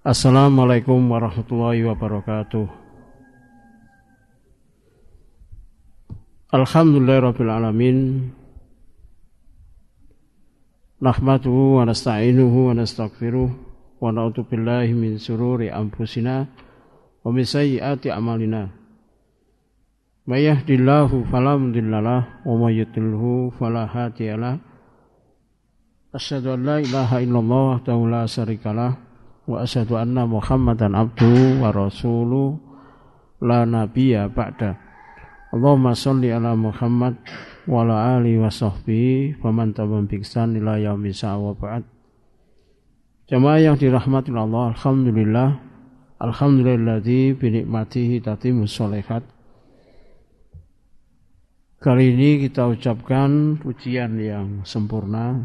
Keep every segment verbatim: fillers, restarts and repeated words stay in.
Assalamualaikum warahmatullahi wabarakatuh. Alhamdulillahirabbil alamin. Nahmaduhu wa nasta'inuhu wa nastaghfiruh wa na'udzu billahi min shururi anfusina wa min sayyiati a'malina. May yahdihillahu fala mudhillalah wa may yudlilhu fala hadiyalah. Asyhadu an la ilaha illallah wahdahu la syarikalah wa asyhadu anna Muhammadan abduhu wa rasuluh la nabiyya ba'da. Allahumma sholli ala Muhammad wa ala alihi wa sahbihi wa man tabi'ahum bi ihsan ila yaumil wa ba'd. Jamaah yang dirahmati Allah, alhamdulillah, alhamdulilladzi bi nikmatihi tatimmus sholihat. Kali ini kita ucapkan pujian yang sempurna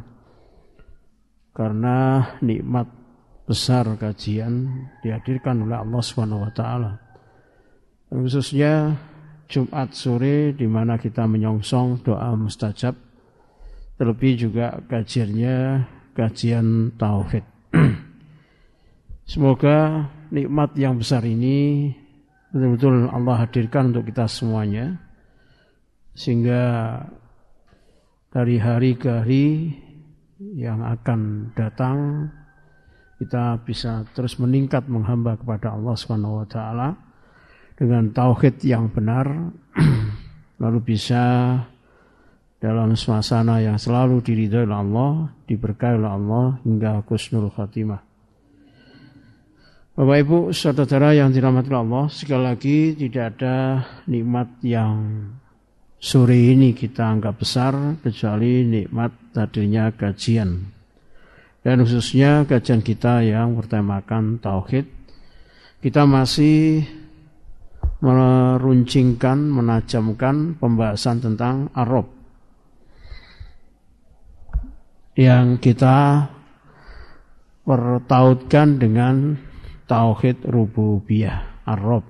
karena nikmat besar kajian dihadirkan oleh Allah Subhanahu wa taala. Khususnya Jumat sore di mana kita menyongsong doa mustajab, terlebih juga kajiannya kajian tauhid. Semoga nikmat yang besar ini betul-betul Allah hadirkan untuk kita semuanya, sehingga dari hari ke hari yang akan datang kita bisa terus meningkat menghamba kepada Allah Subhanahu wa taala dengan tauhid yang benar, lalu bisa dalam suasana yang selalu diridhai oleh Allah, diberkahi oleh Allah hingga husnul khatimah. Bapak Ibu, saudara yang dirahmati Allah, sekali lagi tidak ada nikmat yang sore ini kita anggap besar kecuali nikmat hadirnya kajian. Dan khususnya kajian kita yang bertemakan tauhid, kita masih meruncingkan, menajamkan pembahasan tentang ar-Rabb yang kita pertautkan dengan tauhid rububiyah, ar-Rabb.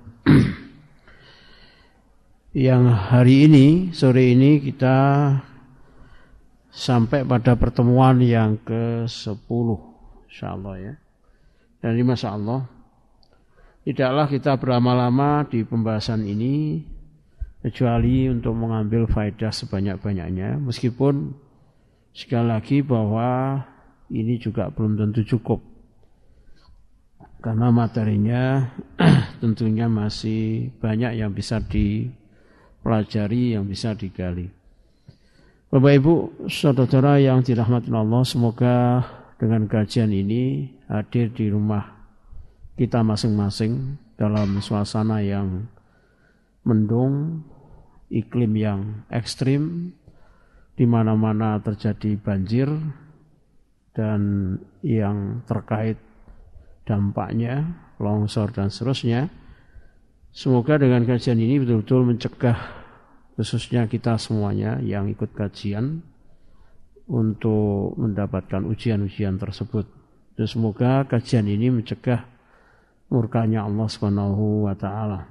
Yang hari ini, sore ini kita sampai pada pertemuan yang ke sepuluh, insyaallah ya. Dan ini masyaallah, tidaklah kita berlama-lama di pembahasan ini kecuali untuk mengambil faedah sebanyak-banyaknya, meskipun sekali lagi bahwa ini juga belum tentu cukup karena materinya tentunya masih banyak yang bisa dipelajari, yang bisa digali. Bapak Ibu, saudara yang dirahmati Allah, semoga dengan kajian ini hadir di rumah kita masing-masing dalam suasana yang mendung, iklim yang ekstrim, di mana-mana terjadi banjir dan yang terkait dampaknya, longsor dan seterusnya. Semoga dengan kajian ini betul-betul mencegah khususnya kita semuanya yang ikut kajian untuk mendapatkan ujian-ujian tersebut. Dan semoga kajian ini mencegah murkanya Allah Subhanahu wa taala.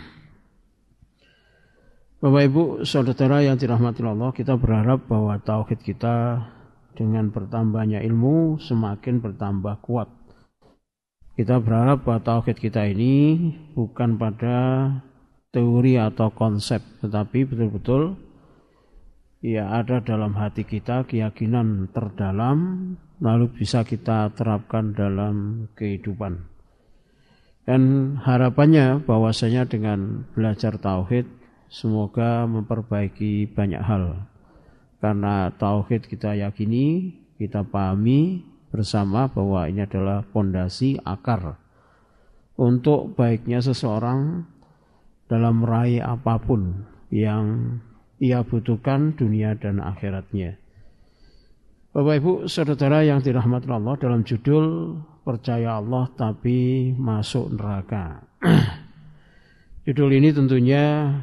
Bapak Ibu, saudara yang dirahmati Allah, kita berharap bahwa tauhid kita dengan bertambahnya ilmu semakin bertambah kuat. Kita berharap bahwa tauhid kita ini bukan pada teori atau konsep, tetapi betul-betul ya ada dalam hati kita keyakinan terdalam, lalu bisa kita terapkan dalam kehidupan. Dan harapannya bahwasanya dengan belajar tauhid semoga memperbaiki banyak hal, karena tauhid kita yakini, kita pahami bersama bahwa ini adalah fondasi akar untuk baiknya seseorang dalam meraih apapun yang ia butuhkan dunia dan akhiratnya. Bapak Ibu, saudara yang dirahmati Allah, dalam judul percaya Allah tapi masuk neraka. Judul ini tentunya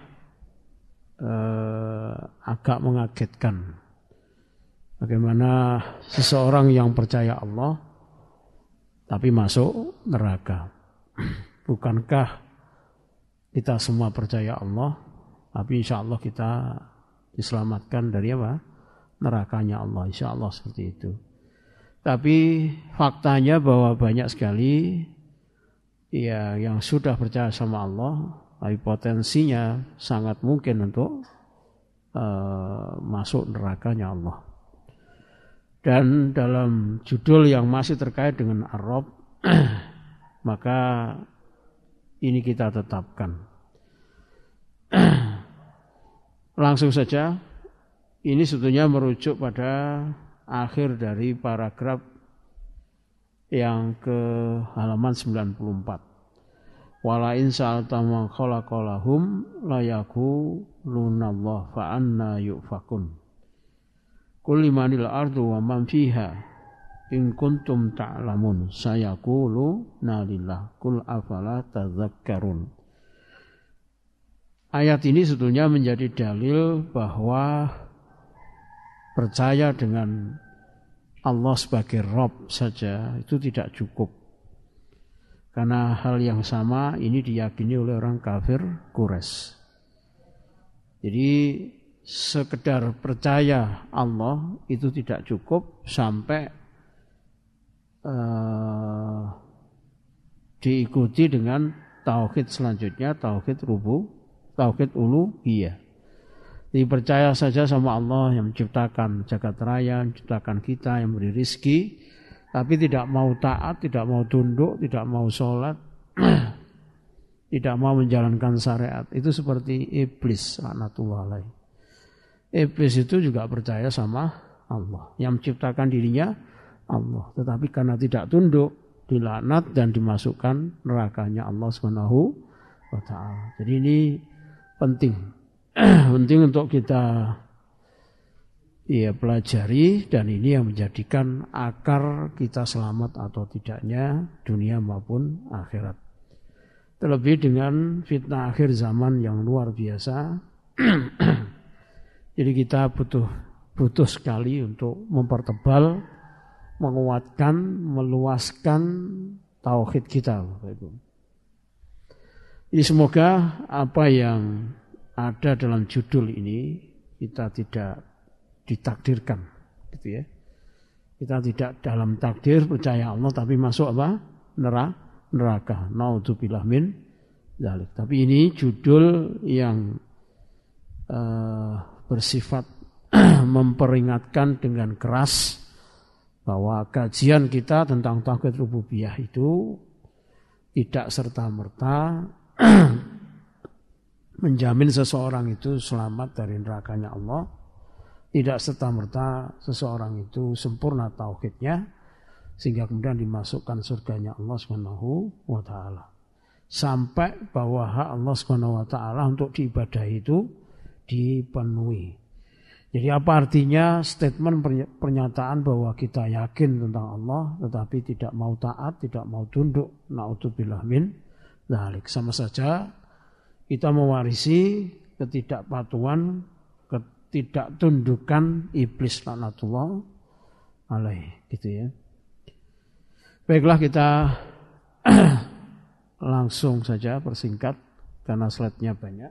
eh, agak mengagetkan. Bagaimana seseorang yang percaya Allah tapi masuk neraka. Bukankah kita semua percaya Allah, tapi insya Allah kita diselamatkan dari apa? Nerakanya Allah, insya Allah seperti itu. Tapi faktanya bahwa banyak sekali ya yang sudah percaya sama Allah, tapi potensinya sangat mungkin untuk uh, masuk nerakanya Allah. Dan dalam judul yang masih terkait dengan Ar-Rabb, maka ini kita tetapkan. Langsung saja, ini sebetulnya merujuk pada akhir dari paragraf yang ke halaman sembilan puluh empat. Wala in sa'alta man khalaqalahum la yaqulunallah fa anna yufakun. Qul limanil ardu wa man fiha in kuntum ta'lamun sayaquluna lillah qul afala tadzakkarun. Ayat ini sebetulnya menjadi dalil bahwa percaya dengan Allah sebagai Rabb saja itu tidak cukup. Karena hal yang sama ini diyakini oleh orang kafir Quraisy. Jadi sekedar percaya Allah itu tidak cukup sampai uh, diikuti dengan tauhid selanjutnya, tauhid rububiyah. Tauhid uluhiyah. Jadi percaya saja sama Allah yang menciptakan jagat raya, menciptakan kita, yang beri rizki, tapi tidak mau taat, tidak mau tunduk, tidak mau sholat, tidak mau menjalankan syariat. Itu seperti iblis, laknatullah alaih. Iblis itu juga percaya sama Allah, yang menciptakan dirinya Allah, tetapi karena tidak tunduk, dilaknat dan dimasukkan nerakanya Allah subhanahu wa ta'ala. Jadi ini penting, penting untuk kita ya pelajari, dan ini yang menjadikan akar kita selamat atau tidaknya dunia maupun akhirat. Terlebih dengan fitnah akhir zaman yang luar biasa. Jadi kita butuh butuh sekali untuk mempertebal, menguatkan, meluaskan tauhid kita. Jadi semoga apa yang ada dalam judul ini kita tidak ditakdirkan, gitu ya. Kita tidak dalam takdir percaya Allah tapi masuk apa? Neraka. Naudzubillah min dzalik. Tapi ini judul yang uh, bersifat memperingatkan dengan keras bahwa kajian kita tentang tauhid rububiyah itu tidak serta-merta menjamin seseorang itu selamat dari nerakanya Allah. Tidak serta-merta seseorang itu sempurna tauhidnya sehingga kemudian dimasukkan surganya Allah Subhanahu wa taala. Sampai bahwa hak Allah Subhanahu wa taala untuk diibadahi itu dipenuhi. Jadi apa artinya statement pernyataan bahwa kita yakin tentang Allah tetapi tidak mau taat, tidak mau tunduk? Na'udzubillah min dzalik. Sama saja kita mewarisi ketidakpatuhan, ketidaktundukan iblis laknatullah alaih, gitu ya. Baiklah, kita langsung saja persingkat karena slide-nya banyak.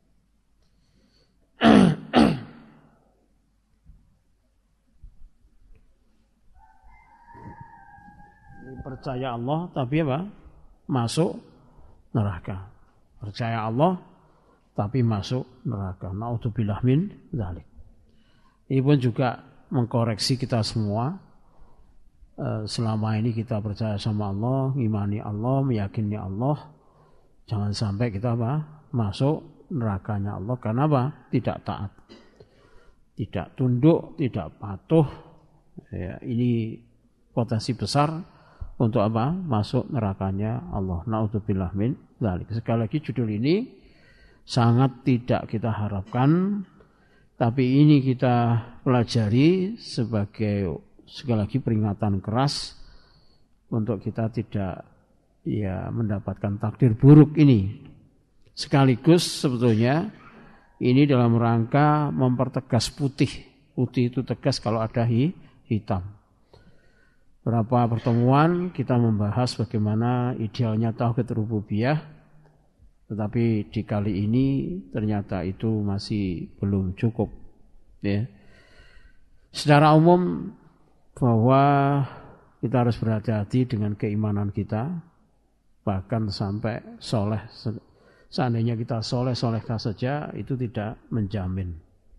Percaya Allah tapi apa? Masuk neraka. Percaya Allah tapi masuk neraka. Na'udzubillah min dzalik. Ini pun juga mengkoreksi kita semua. Selama ini kita percaya sama Allah, ngimani Allah, meyakini Allah, jangan sampai kita apa? Masuk nerakanya Allah. Karena apa? Tidak taat, tidak tunduk, tidak patuh. Ya, ini potensi besar untuk apa? Masuk nerakanya Allah. Na'udzubillah min dzalik. Sekali lagi judul ini sangat tidak kita harapkan, tapi ini kita pelajari sebagai sekali lagi peringatan keras untuk kita tidak ya mendapatkan takdir buruk ini. Sekaligus sebetulnya ini dalam rangka mempertegas putih. Putih itu tegas kalau ada hitam. Berapa pertemuan kita membahas bagaimana idealnya tauhid rububiyah, tetapi di kali ini ternyata itu masih belum cukup. Ya. Secara umum bahwa kita harus berhati-hati dengan keimanan kita. bahkan sampai soleh. Seandainya kita soleh-solehkah saja, itu tidak menjamin.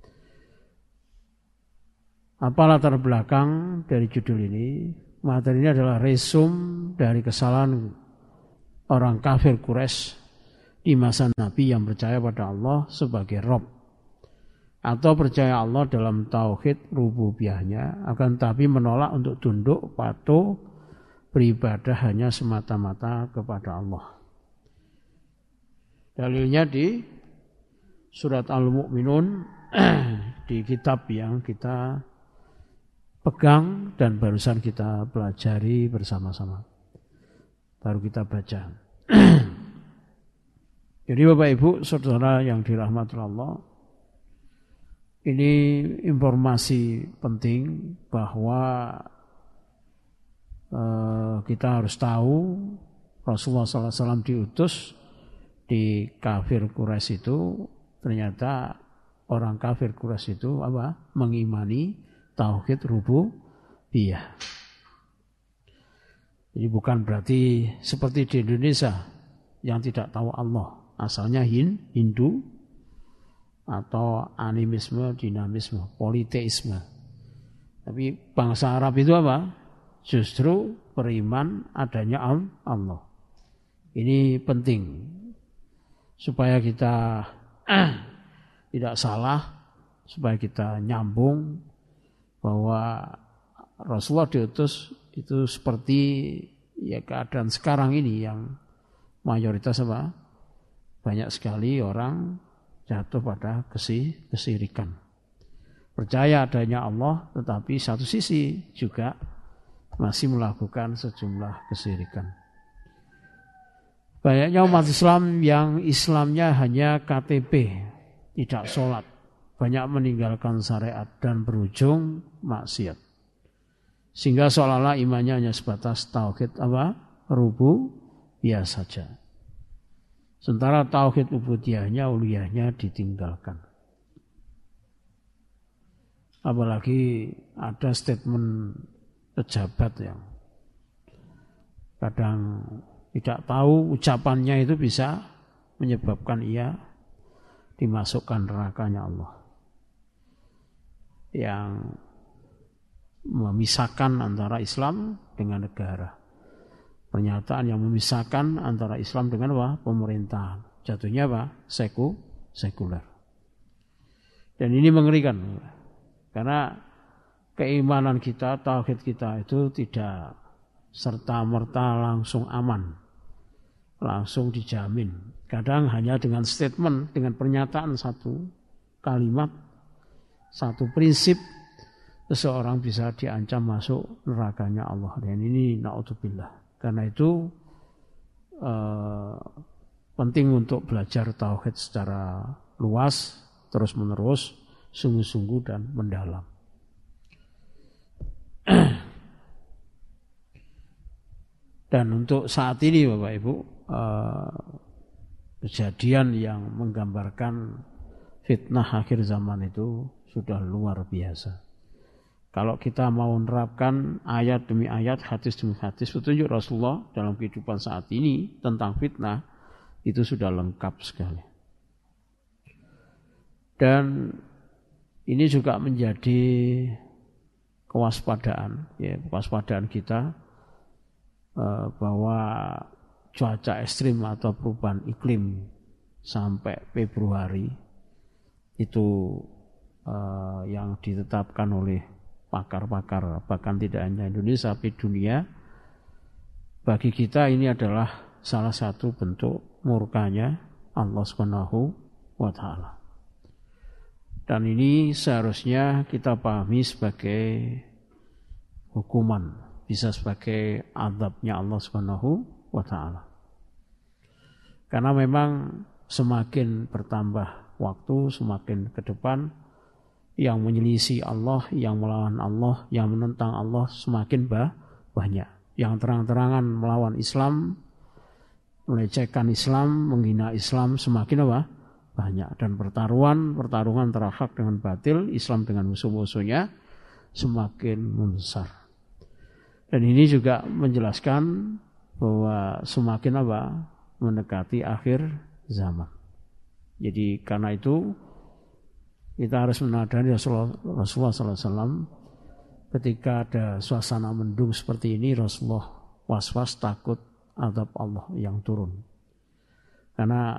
Apa latar belakang dari judul ini? Materi ini adalah resum dari kesalahan orang kafir Quraisy di masa Nabi yang percaya pada Allah sebagai Rabb, atau percaya Allah dalam tauhid rububiyahnya, akan tapi menolak untuk tunduk, patuh, beribadah hanya semata-mata kepada Allah. Dalilnya di surat Al-Mu'minun, di kitab yang kita pegang dan barusan kita pelajari bersama-sama. Baru kita baca. Jadi Bapak Ibu, saudara yang dirahmati Allah, ini informasi penting bahwa eh, kita harus tahu Rasulullah sallallahu alaihi wasallam diutus di kafir Quraisy itu, ternyata orang kafir Quraisy itu apa? Mengimani tauhid rububiyah. Jadi bukan berarti seperti di Indonesia yang tidak tahu Allah. Asalnya Hin, Hindu atau animisme, dinamisme, politeisme. Tapi bangsa Arab itu apa? Justru beriman adanya Allah. Ini penting supaya kita eh, tidak salah, supaya kita nyambung bahwa Rasulullah diutus itu seperti ya keadaan sekarang ini yang mayoritas apa? Banyak sekali orang jatuh pada kesirikan. Percaya adanya Allah, tetapi satu sisi juga masih melakukan sejumlah kesirikan. Banyaknya umat Islam yang Islamnya hanya K T P, tidak sholat, banyak meninggalkan syariat dan berujung maksiat. Sehingga seolah-olah imannya hanya sebatas tauhid apa? Rububiyah saja. Sementara tauhid ubudiyahnya, uliyahnya ditinggalkan. Apalagi ada statement pejabat yang kadang tidak tahu ucapannya itu bisa menyebabkan ia dimasukkan nerakanya Allah. Yang memisahkan antara Islam dengan negara. Pernyataan yang memisahkan antara Islam dengan apa? Pemerintahan. Jatuhnya apa? Seku, sekuler. Dan ini mengerikan. Karena keimanan kita, tauhid kita itu tidak serta-merta langsung aman. Langsung dijamin. Kadang hanya dengan statement, dengan pernyataan satu kalimat, satu prinsip, seseorang bisa diancam masuk nerakanya Allah. Dan ini na'udzubillah. Karena itu eh, penting untuk belajar tauhid secara luas, terus-menerus, sungguh-sungguh dan mendalam. Dan untuk saat ini Bapak Ibu, eh, kejadian yang menggambarkan fitnah akhir zaman itu sudah luar biasa. Kalau kita mau menerapkan ayat demi ayat, hadis demi hadis, petunjuk Rasulullah dalam kehidupan saat ini tentang fitnah, itu sudah lengkap sekali. Dan ini juga menjadi kewaspadaan, ya, kewaspadaan kita eh, bahwa cuaca ekstrim atau perubahan iklim sampai Februari itu eh, yang ditetapkan oleh pakar-pakar, bahkan tidak hanya Indonesia tapi dunia, bagi kita ini adalah salah satu bentuk murkanya Allah Subhanahu wa Ta'ala. Dan ini seharusnya kita pahami sebagai hukuman, bisa sebagai azabnya Allah Subhanahu wa Ta'ala. Karena memang semakin bertambah waktu, semakin ke depan, yang menyelisih Allah, yang melawan Allah, yang menentang Allah semakin bah, banyak. Yang terang-terangan melawan Islam, melecehkan Islam, menghina Islam semakin apa? Banyak. Dan pertaruhan, pertarungan antara hak dengan batil, Islam dengan musuh-musuhnya semakin membesar. Dan ini juga menjelaskan bahwa semakin apa? Mendekati akhir zaman. Jadi karena itu kita harus menadani Rasulullah, Rasulullah sallallahu alaihi wasallam ketika ada suasana mendung seperti ini, Rasulullah was-was takut azab Allah yang turun. Karena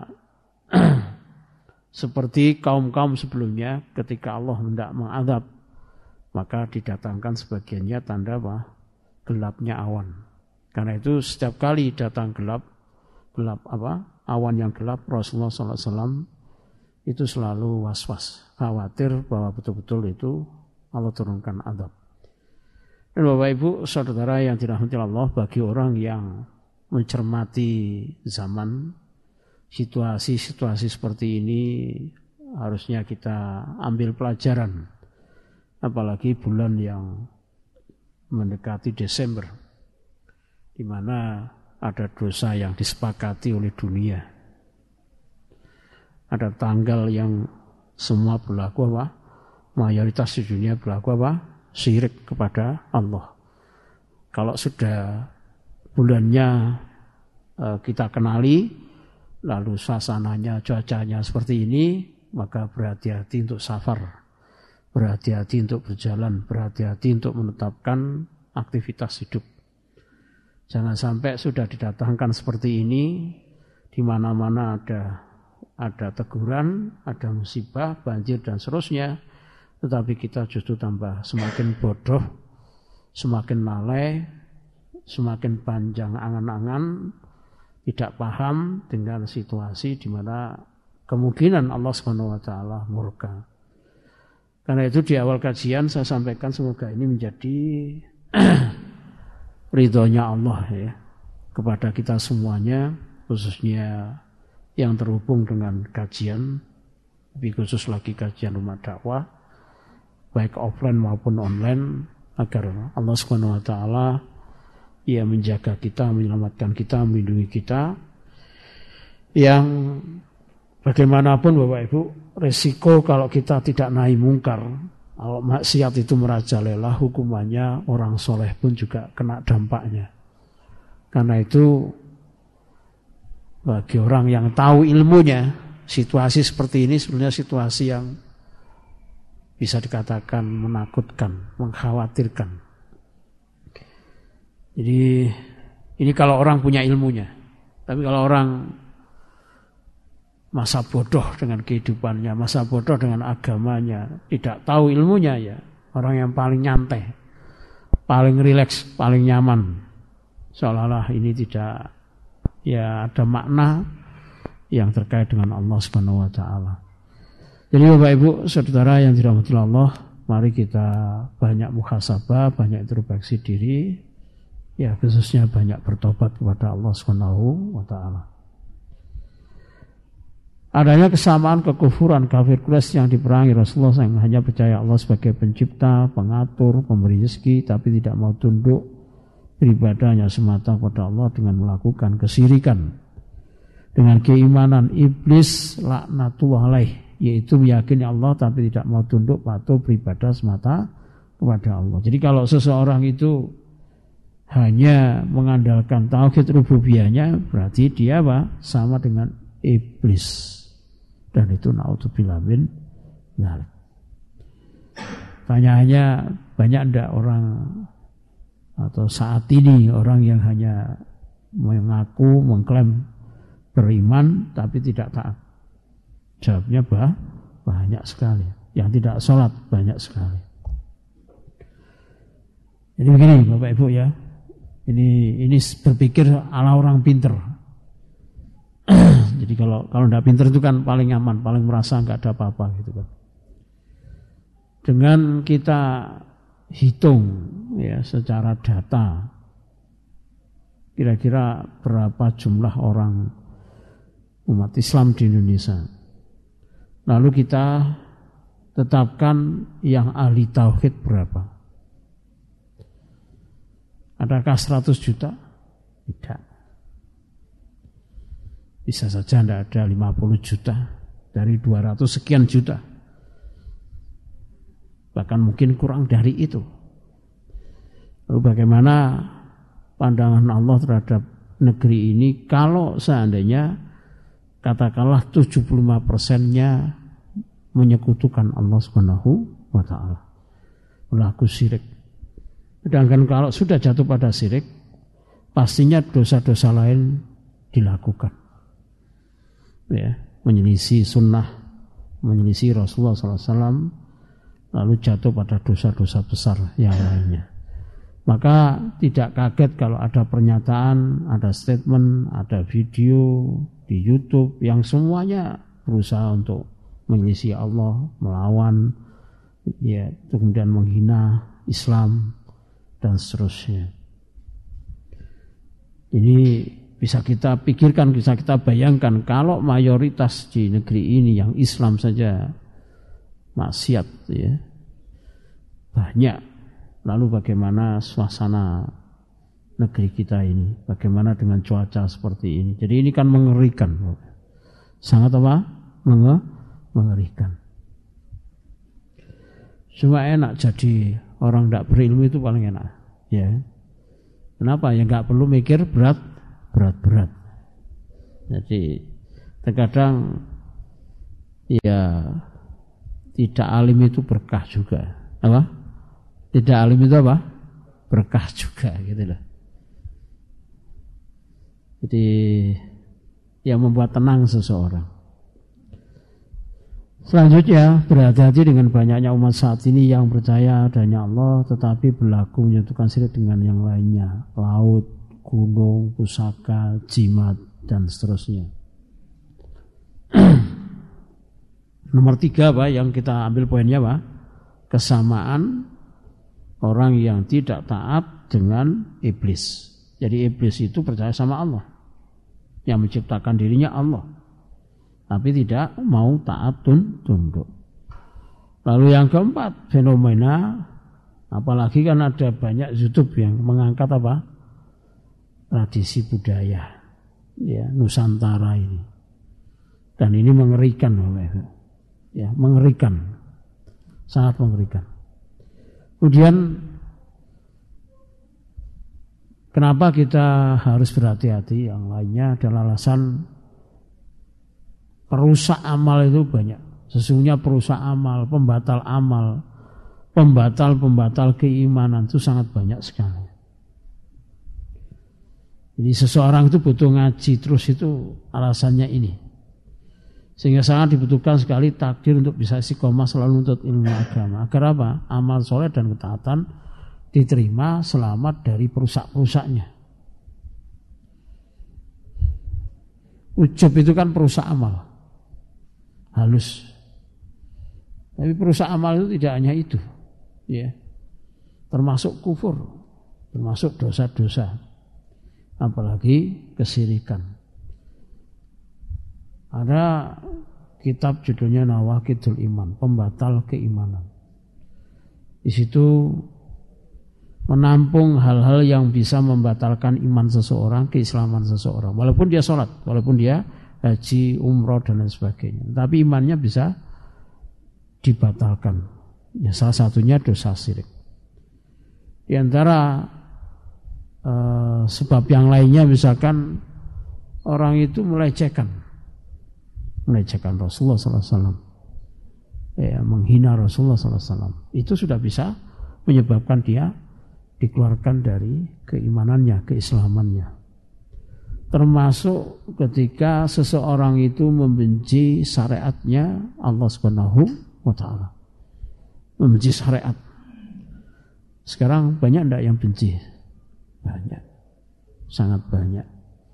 seperti kaum-kaum sebelumnya ketika Allah hendak mengadab, maka didatangkan sebagiannya tanda apa? Gelapnya awan. Karena itu setiap kali datang gelap, gelap apa? Awan yang gelap, Rasulullah sallallahu alaihi wasallam itu selalu was-was, khawatir bahwa betul-betul itu Allah turunkan azab. Dan Bapak Ibu, saudara yang dirahmati Allah, bagi orang yang mencermati zaman, situasi-situasi seperti ini harusnya kita ambil pelajaran. Apalagi bulan yang mendekati Desember, di mana ada dosa yang disepakati oleh dunia. Ada tanggal yang semua berlaku apa? Mayoritas di dunia berlaku apa? Syirik kepada Allah. Kalau sudah bulannya eh, kita kenali, lalu suasananya, cuacanya seperti ini, maka berhati-hati untuk safar, berhati-hati untuk berjalan, berhati-hati untuk menetapkan aktivitas hidup. Jangan sampai sudah didatangkan seperti ini, di mana-mana ada ada teguran, ada musibah, banjir dan seterusnya, tetapi kita justru tambah semakin bodoh, semakin lalai, semakin panjang angan-angan, tidak paham dengan situasi di mana kemungkinan Allah subhanahu wa taala murka. Karena itu di awal kajian saya sampaikan semoga ini menjadi ridhonya Allah ya kepada kita semuanya, khususnya yang terhubung dengan kajian, lebih khusus lagi kajian rumah dakwah, baik offline maupun online, agar Allah subhanahu wa taala ya menjaga kita, menyelamatkan kita, melindungi kita. Yang bagaimanapun Bapak Ibu, resiko kalau kita tidak nahi mungkar, kalau maksiat itu merajalela, hukumannya orang soleh pun juga kena dampaknya. Karena itu bagi orang yang tahu ilmunya, situasi seperti ini sebenarnya situasi yang bisa dikatakan menakutkan, mengkhawatirkan. Jadi ini kalau orang punya ilmunya. Tapi kalau orang masa bodoh dengan kehidupannya, masa bodoh dengan agamanya, tidak tahu ilmunya, ya orang yang paling nyantai, paling rileks, paling nyaman. Seolah-olah ini tidak ya ada makna yang terkait dengan Allah Subhanahu wa taala. Jadi Bapak Ibu, saudara yang dirahmati Allah, mari kita banyak muhasabah, banyak introspeksi diri, ya khususnya banyak bertobat kepada Allah Subhanahu wa taala. Adanya kesamaan kekufuran kafir Quraisy yang diperangi Rasulullah yang hanya percaya Allah sebagai pencipta, pengatur, pemberi rezeki, tapi tidak mau tunduk beribadahnya semata kepada Allah dengan melakukan kesyirikan. Dengan keimanan iblis laknatullah alaih, yaitu meyakini Allah tapi tidak mau tunduk patuh beribadah semata kepada Allah. Jadi kalau seseorang itu hanya mengandalkan tauhid rububiyahnya, berarti dia apa? Sama dengan iblis. Dan itu naudzubillah min dzalik. Tanyaannya, banyak enggak orang atau saat ini orang yang hanya mengaku, mengklaim beriman tapi tidak taat? Jawabnya bah, banyak sekali. Yang tidak sholat banyak sekali. Jadi begini Bapak Ibu ya, ini ini berpikir ala orang pinter. Jadi kalau kalau tidak pinter itu kan paling aman, paling merasa nggak ada apa-apa gitu kan. Dengan kita hitung ya secara data, kira-kira berapa jumlah orang umat Islam di Indonesia. Lalu kita tetapkan yang ahli tauhid berapa. Adakah seratus juta? Tidak. Bisa saja tidak ada lima puluh juta dari dua ratus sekian juta. Bahkan mungkin kurang dari itu. Lalu bagaimana pandangan Allah terhadap negeri ini kalau seandainya katakanlah tujuh puluh lima persennya menyekutukan Allah Subhanahu wa taala, berlaku syirik. Sedangkan kalau sudah jatuh pada syirik, pastinya dosa-dosa lain dilakukan. Ya, menyelisih sunnah, menyelisih Rasulullah shallallahu alaihi wasallam, lalu jatuh pada dosa-dosa besar yang lainnya. Maka tidak kaget kalau ada pernyataan, ada statement, ada video di YouTube yang semuanya berusaha untuk menyelisih Allah, melawan, ya, kemudian menghina Islam dan seterusnya. Ini bisa kita pikirkan, bisa kita bayangkan kalau mayoritas di negeri ini yang Islam saja maksiat, ya, banyak. Lalu bagaimana suasana negeri kita ini? Bagaimana dengan cuaca seperti ini? Jadi ini kan mengerikan, sangat apa? Mengerikan. Cuma enak jadi orang tidak berilmu itu paling enak, ya. Kenapa? Ya nggak perlu mikir berat, berat-berat. Jadi terkadang ya tidak alim itu berkah juga, apa? Tidak alim itu apa? Berkah juga, gitu loh. Jadi yang membuat tenang seseorang. Selanjutnya, berhati-hati dengan banyaknya umat saat ini yang percaya adanya Allah tetapi berlaku menyatukan syirik dengan yang lainnya, laut, gunung, pusaka, jimat dan seterusnya. Nomor tiga, Pak, yang kita ambil poinnya, Pak, kesamaan orang yang tidak taat dengan iblis. Jadi iblis itu percaya sama Allah, yang menciptakan dirinya Allah, tapi tidak mau taat tunduk. Lalu yang keempat, fenomena, apalagi kan ada banyak YouTube yang mengangkat apa? Tradisi budaya, ya, Nusantara ini. Dan ini mengerikan, ya, mengerikan, sangat mengerikan. Kemudian kenapa kita harus berhati-hati? Yang lainnya adalah alasan perusak amal itu banyak. Sesungguhnya perusak amal, pembatal amal, pembatal-pembatal keimanan itu sangat banyak sekali. Jadi seseorang itu butuh ngaji terus, itu alasannya ini. Sehingga sangat dibutuhkan sekali takdir untuk bisa istiqomah selalu untuk ilmu agama. Agar apa? Amal soleh dan ketaatan diterima, selamat dari perusak-perusaknya. Ujub itu kan perusak amal, halus. Tapi perusak amal itu tidak hanya itu, ya, termasuk kufur, termasuk dosa-dosa, apalagi kesyirikan. Ada kitab judulnya Nawaqidul Iman, pembatal keimanan. Di situ menampung hal-hal yang bisa membatalkan iman seseorang, keislaman seseorang. Walaupun dia sholat, walaupun dia haji, umroh dan lain sebagainya, tapi imannya bisa dibatalkan. Ya, salah satunya dosa syirik. Di antara eh, sebab yang lainnya, misalkan orang itu melecehkan melecehkan Rasulullah sallallahu alaihi wasallam, ya, menghina Rasulullah sallallahu alaihi wasallam, itu sudah bisa menyebabkan dia dikeluarkan dari keimanannya, keislamannya. Termasuk ketika seseorang itu membenci syariatnya Allah Subhanahu wa taala, membenci syariat. Sekarang banyak enggak yang benci? Banyak, sangat banyak.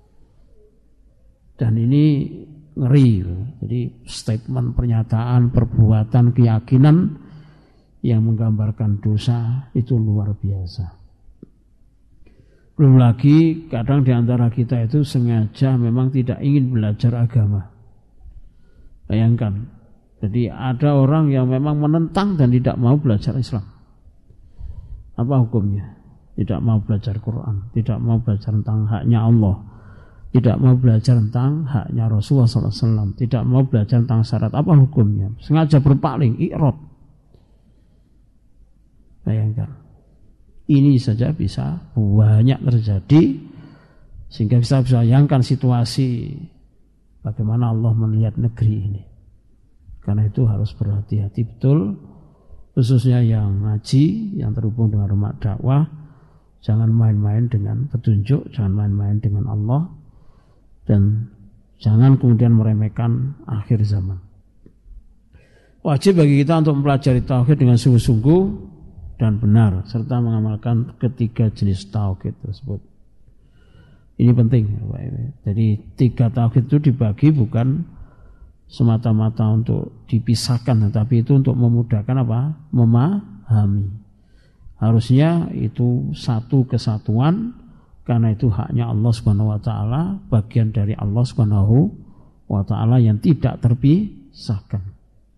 Dan ini ngeri. Jadi statement, pernyataan, perbuatan, keyakinan yang menggambarkan dosa itu luar biasa. Belum lagi kadang di antara kita itu sengaja memang tidak ingin belajar agama. Bayangkan, jadi ada orang yang memang menentang dan tidak mau belajar Islam. Apa hukumnya? Tidak mau belajar Quran, tidak mau belajar tentang haknya Allah, tidak mau belajar tentang haknya Rasulullah sallallahu alaihi wasallam, tidak mau belajar tentang syarat. Apa hukumnya? Sengaja berpaling, i'rad. Bayangkan, ini saja bisa banyak terjadi Sehingga bisa bayangkan situasi bagaimana Allah melihat negeri ini. Karena itu harus berhati-hati betul, khususnya yang ngaji, yang terhubung dengan rumah dakwah. Jangan main-main dengan petunjuk, jangan main-main dengan Allah, dan jangan kemudian meremehkan akhir zaman. Wajib bagi kita untuk mempelajari tauhid dengan sungguh-sungguh dan benar, serta mengamalkan ketiga jenis tauhid tersebut. Ini penting. Jadi tiga tauhid itu dibagi bukan semata-mata untuk dipisahkan, tetapi itu untuk memudahkan apa? Memahami. Harusnya itu satu kesatuan, karena itu haknya Allah Subhanahu wa taala, bagian dari Allah Subhanahu wa taala yang tidak terpisahkan.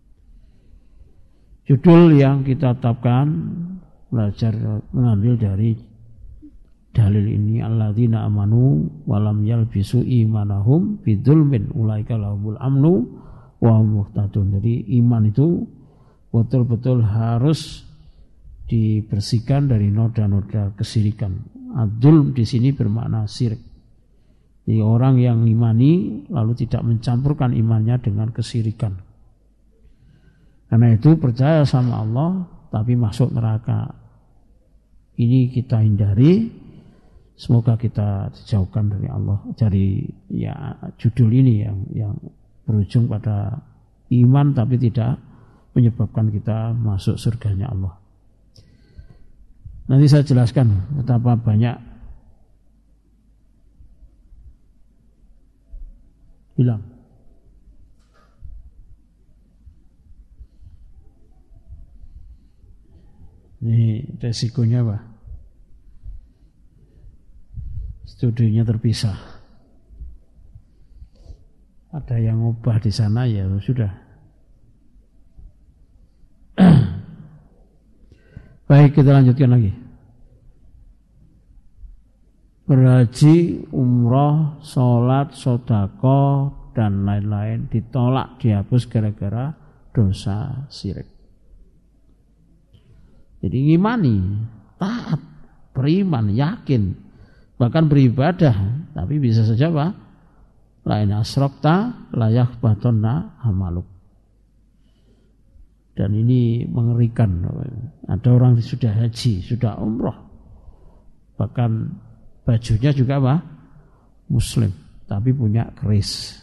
Judul yang kita tetapkan belajar mengambil dari dalil ini, alladzina amanu walam yalbisu imanahum bidzulmin ulaika lahumul amnu wa hum muhtadun. Jadi iman itu betul-betul harus dibersihkan dari noda-noda kesyirikan. Adzulm di sini bermakna syirik. Jadi orang yang imani lalu tidak mencampurkan imannya dengan kesyirikan. Karena itu percaya sama Allah tapi masuk neraka. Ini kita hindari. Semoga kita dijauhkan dari Allah, dari ya judul ini yang yang berujung pada iman tapi tidak menyebabkan kita masuk surganya Allah. Nanti saya jelaskan betapa banyak hilang. Ini resikonya apa? Studionya terpisah. Ada yang ubah di sana ya sudah. Baik, kita lanjutkan lagi. Berhaji, umroh, sholat, sodako, dan lain-lain ditolak, dihapus gara-gara dosa syirik. Jadi ngimani, taat, beriman, yakin, bahkan beribadah, tapi bisa saja apa? Lain asrokta layak batonna amaluk. Dan ini mengerikan. Ada orang sudah haji, sudah umroh, bahkan bajunya juga apa? Muslim, tapi punya keris.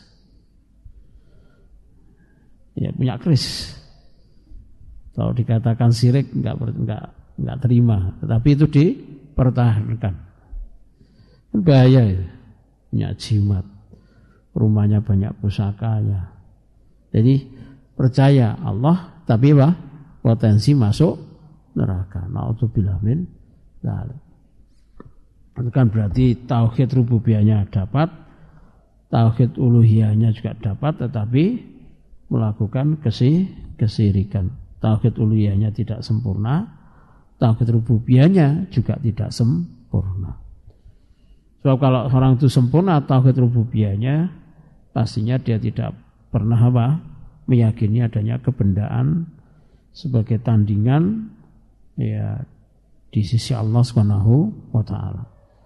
Ya punya keris. Kalau dikatakan syirik enggak enggak enggak terima, tetapi itu dipertahankan. Bahaya itu. Punya jimat, rumahnya banyak pusakanya. Jadi percaya Allah, tapi apa? Potensi masuk neraka. Na'udzubillah min dzalik. Itu kan berarti tauhid rububiyahnya dapat, tauhid uluhiyahnya juga dapat, tetapi melakukan kesih, kesyirikan. Tauhid uluhiyahnya tidak sempurna, tauhid rububiyahnya juga tidak sempurna. Sebab kalau orang itu sempurna tauhid rububiyahnya, pastinya dia tidak pernah apa? Meyakini adanya kebendaan sebagai tandingan ya di sisi Allah Subhanahu wa taala.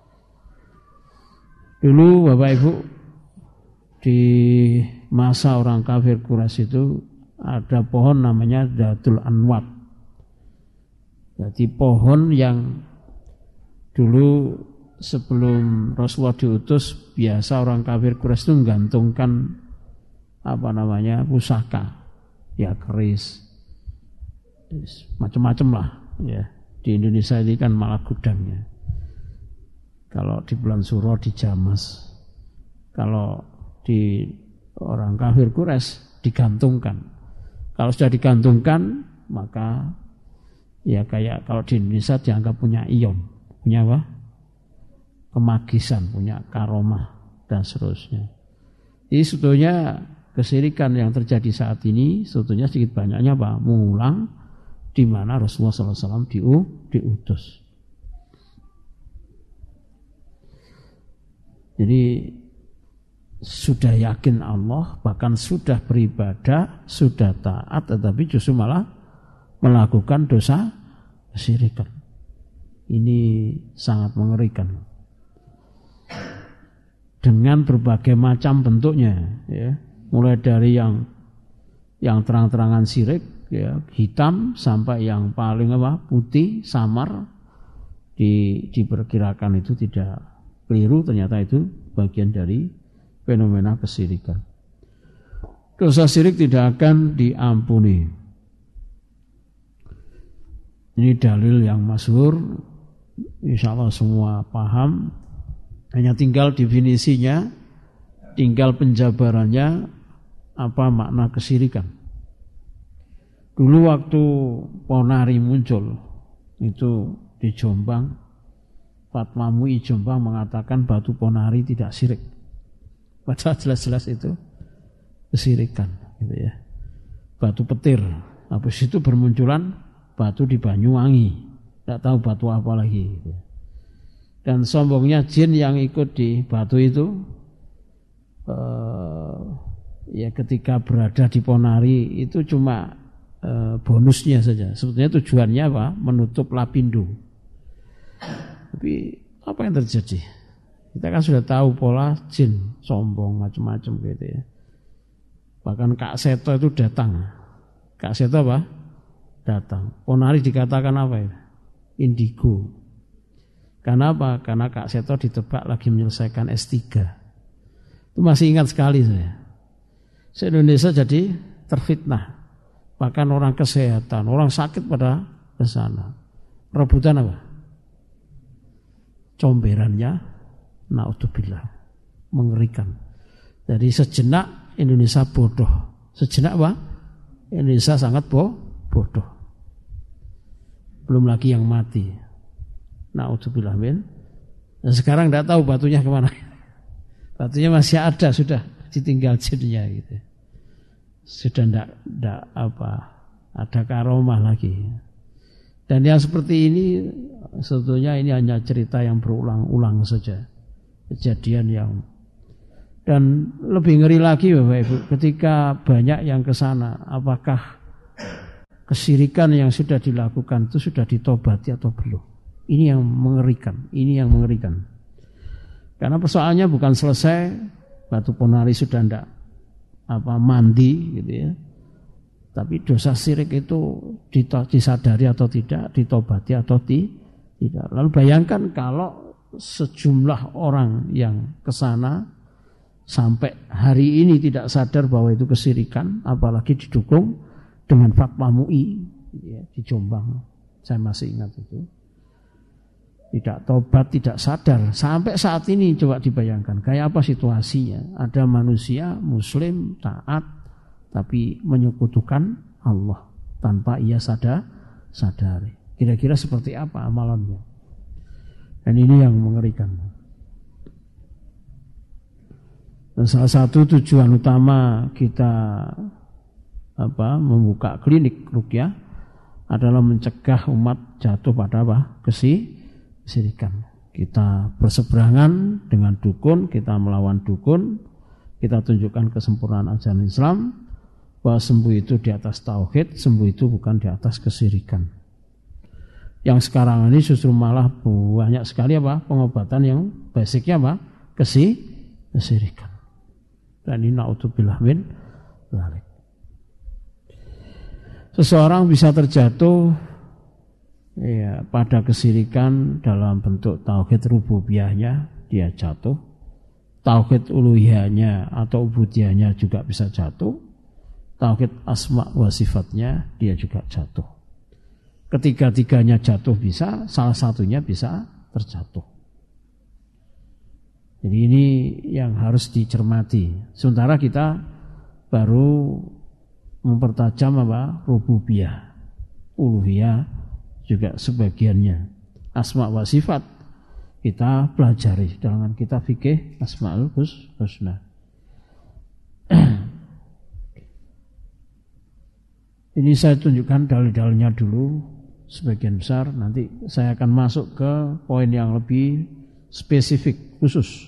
Dulu Bapak Ibu, di masa orang kafir Quraisy itu ada pohon namanya Datul Anwat. Jadi pohon yang dulu sebelum Rasulullah diutus, biasa orang kafir Quraisy itu menggantungkan apa namanya pusaka, ya keris, macam-macam lah ya. Di Indonesia ini kan malah gudangnya. Kalau di bulan Suro di Jamas, kalau di orang kafir Quraisy digantungkan. Kalau sudah digantungkan, maka ya kayak kalau di Indonesia dianggap punya ion, punya apa? Kemagisan, punya karomah dan seterusnya. Jadi sebetulnya kesyirikan yang terjadi saat ini sebetulnya sedikit banyaknya apa? Mengulang di mana Rasulullah shallallahu alaihi wasallam diu, diutus. Jadi sudah yakin Allah, bahkan sudah beribadah, sudah taat, tetapi justru malah melakukan dosa kesyirikan. Ini sangat mengerikan. dengan berbagai macam bentuknya, ya. Mulai dari yang yang terang-terangan syirik, ya, hitam, sampai yang paling apa putih samar, di, diperkirakan itu tidak keliru, ternyata itu bagian dari fenomena kesyirikan. Dosa syirik tidak akan diampuni. Ini dalil yang masyhur, insya Allah semua paham. Hanya tinggal definisinya, tinggal penjabarannya, apa makna kesyirikan. Dulu waktu Ponari muncul, itu di Jombang, Fatwa M U I Jombang mengatakan batu Ponari tidak syirik. Padahal jelas-jelas itu kesyirikan, gitu ya. Batu petir, habis itu bermunculan batu di Banyuwangi, tidak tahu batu apa lagi, gitu. Dan sombongnya jin yang ikut di batu itu, eh, ya ketika berada di Ponari itu cuma eh, bonusnya saja. Sebetulnya tujuannya apa? Menutup Lapindo. Tapi apa yang terjadi? Kita kan sudah tahu pola jin, sombong macam-macam gitu ya. Bahkan Kak Seto itu datang. Kak Seto apa? Datang. Ponari dikatakan apa ya? Indigo. Karena apa? Karena Kak Seto ditebak lagi menyelesaikan S tiga. Itu masih ingat sekali saya. Se-Indonesia jadi terfitnah. Bahkan orang kesehatan, orang sakit pada ke sana. Rebutan apa? Comberannya, naudzubillah, mengerikan. Jadi sejenak Indonesia bodoh. Sejenak apa? Indonesia sangat bo bodoh. Belum lagi yang mati. Naudzubillah min. Nah, sekarang tidak tahu batunya kemana. Batunya masih ada, sudah ditinggal jinnya gitu. Sudah tidak tidak apa ada karomah lagi. Dan yang seperti ini sebetulnya ini hanya cerita yang berulang-ulang saja, kejadian yang, dan lebih ngeri lagi Bapak Ibu, ketika banyak yang ke sana, apakah kesyirikan yang sudah dilakukan itu sudah ditobati atau belum? Ini yang mengerikan, ini yang mengerikan. Karena persoalannya bukan selesai batu Ponari sudah tidak apa mandi gitu ya. Tapi dosa syirik itu disadari atau tidak, ditobati atau tidak. Lalu bayangkan kalau sejumlah orang yang ke sana sampai hari ini tidak sadar bahwa itu kesyirikan, apalagi didukung dengan fatwa M U I ya, di Jombang. Saya masih ingat itu. Tidak tobat, tidak sadar. Sampai saat ini coba dibayangkan kayak apa situasinya. Ada manusia muslim taat tapi menyekutukan Allah tanpa ia sadar sadari. Kira-kira seperti apa amalannya? Dan ini yang mengerikan. Dan salah satu tujuan utama kita apa membuka klinik ruqyah adalah mencegah umat jatuh pada apa? Kesyirikan. Kita berseberangan dengan dukun, kita melawan dukun, kita tunjukkan kesempurnaan ajaran Islam, bahwa sembuh itu di atas tauhid, sembuh itu bukan di atas kesyirikan. Yang sekarang ini justru malah banyak sekali apa pengobatan yang basicnya apa Kesy, kesyirikan. Dan ini naudzubillah min dzalik. Seseorang bisa terjatuh ya, pada kesyirikan dalam bentuk tauhid rububiyahnya, dia jatuh. Tauhid uluhiyahnya atau ubudiyahnya juga bisa jatuh. Tauhid asma wa sifatnya dia juga jatuh. Ketiga-tiganya jatuh bisa, salah satunya bisa terjatuh. Jadi ini yang harus dicermati. Sementara kita baru mempertajam apa? Rububiyah, uluhiyah juga sebagiannya. Asma wa sifat kita pelajari dengan kita fikih Asmaul Husna. Ini saya tunjukkan dalil-dalilnya dulu sebagian besar, nanti saya akan masuk ke poin yang lebih spesifik khusus.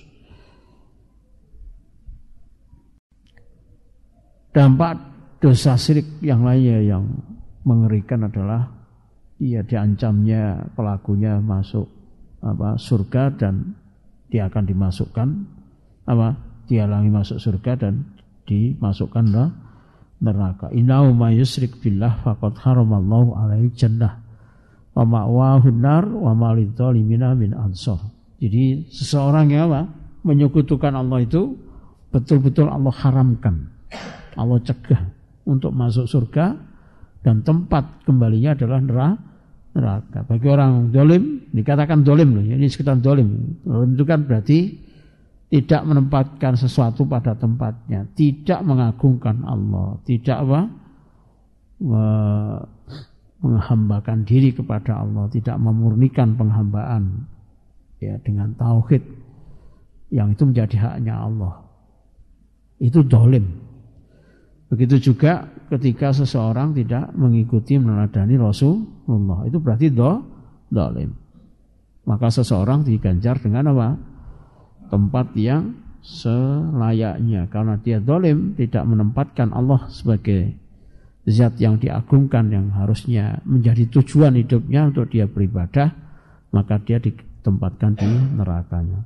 Dampak dosa syirik yang lainnya yang mengerikan adalah ia diancamnya pelakunya masuk apa surga dan dia akan dimasukkan apa? Dihalangi masuk surga dan dimasukkan neraka. Innahu may yusyrik billah faqad haramallahu alaihi jannah wa ma'wahu nar wa ma lidzalimina min ansar. Jadi seseorang yang apa? Menyekutukan Allah itu betul-betul Allah haramkan. Allah cegah untuk masuk surga dan tempat kembalinya adalah neraka. Bagi orang dolim, dikatakan dolim loh, ini sekitar dolim. Dolim itu kan berarti tidak menempatkan sesuatu pada tempatnya, tidak mengagungkan Allah, tidak apa? Menghambakan diri kepada Allah, tidak memurnikan penghambaan ya dengan tauhid yang itu menjadi haknya Allah. Itu dolim. Begitu juga ketika seseorang tidak mengikuti meneladani Rasulullah, itu berarti do, dolim. Maka seseorang diganjar dengan apa? Tempat yang selayaknya, karena dia dolim, tidak menempatkan Allah sebagai zat yang diagungkan, yang harusnya menjadi tujuan hidupnya untuk dia beribadah, maka dia ditempatkan di nerakanya.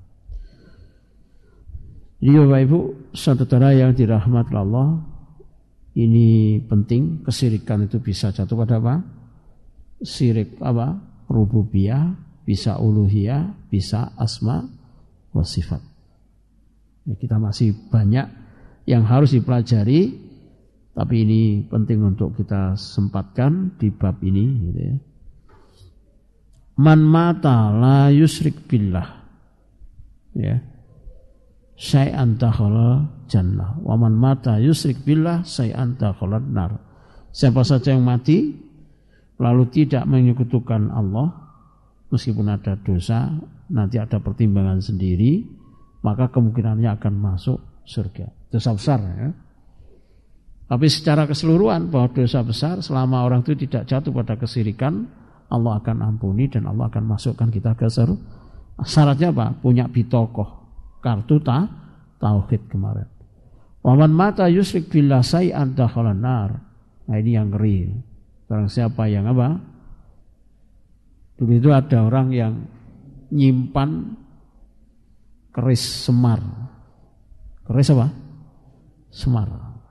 Jadi Bapak Ibu saudara yang dirahmati Allah, ini penting. Kesirikan itu bisa jatuh pada apa? Sirik apa? Rububiyah, bisa uluhiyah, bisa asma wa sifat. Ya, kita masih banyak yang harus dipelajari, tapi ini penting untuk kita sempatkan di bab ini gitu ya. Man mata la yusyrik billah ya syai'an dakhala jannah wa man mata yusyrik billah syai'an dakhala nar. Siapa saja yang mati lalu tidak menyekutukan Allah, meskipun ada dosa, nanti ada pertimbangan sendiri, maka kemungkinannya akan masuk surga. Dosa besar ya. Tapi secara keseluruhan bahwa dosa besar selama orang itu tidak jatuh pada kesirikan, Allah akan ampuni dan Allah akan masukkan kita ke surga. Syaratnya apa? Punya bitokoh, kartu ta, tauhid kemarin. Waman mata yusyrik billah syai'an dakhala nar. Nah ini yang ngeri. Barang siapa yang apa? Dulu itu ada orang yang nyimpan keris semar. Keris apa? Semar.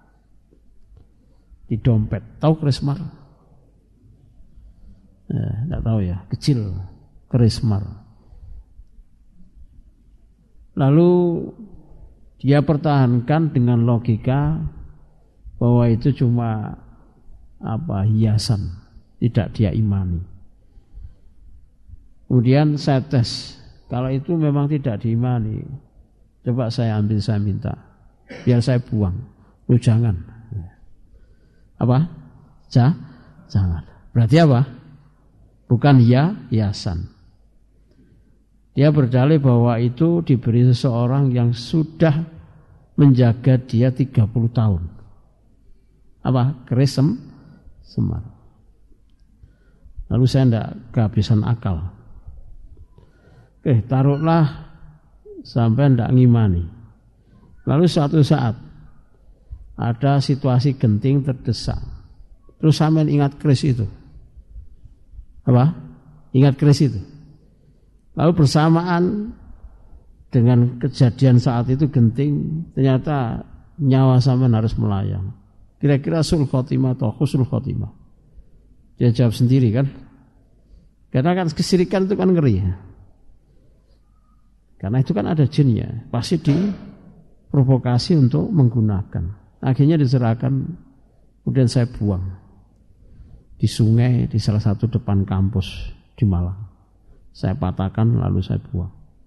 Di dompet. Tahu keris semar? Eh, enggak tahu ya. Kecil keris semar. Lalu dia pertahankan dengan logika bahwa itu cuma apa? Hiasan. Tidak dia imani. Kemudian saya tes, kalau itu memang tidak diimani, coba saya ambil, saya minta, biar saya buang. Lu jangan. Apa? Ja? Jangan. Berarti apa? Bukan ya, hiasan. Dia berdalih bahwa itu diberi seseorang yang sudah menjaga dia tiga puluh tahun. Apa? Keris sem, semar. Lalu saya tidak kehabisan akal. Oke, taruhlah sampai tidak ngimani. Lalu suatu saat ada situasi genting terdesak. Terus sampai ingat keris itu. Apa? Ingat keris itu. Lalu bersamaan dengan kejadian saat itu genting, ternyata nyawa sampean harus melayang. Kira-kira sul khotimah atau husnul khotimah? Dia jawab sendiri kan? Karena kan kesirikan itu kan ngeri ya. Karena itu kan ada jinnya, pasti diprovokasi untuk menggunakan. Akhirnya diserahkan, kemudian saya buang di sungai di salah satu depan kampus di Malang. Saya patahkan lalu saya buang.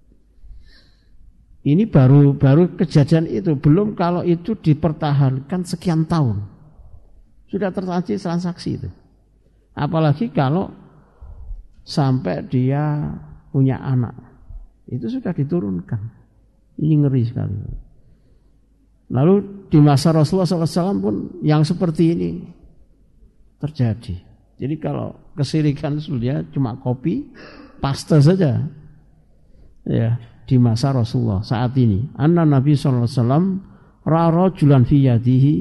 Ini baru baru kejadian itu, belum kalau itu dipertahankan sekian tahun. Sudah terjadi transaksi itu. Apalagi kalau sampai dia punya anak. Itu sudah diturunkan. Ini ngeri sekali. Lalu di masa Rasulullah shallallahu alaihi wasallam pun yang seperti ini terjadi. Jadi kalau kesirikan sudah cuma kopi, pasta saja. Ya, di masa Rasulullah saat ini. Anna Nabi shallallahu alaihi wasallam ra'a rajulan fi yadihi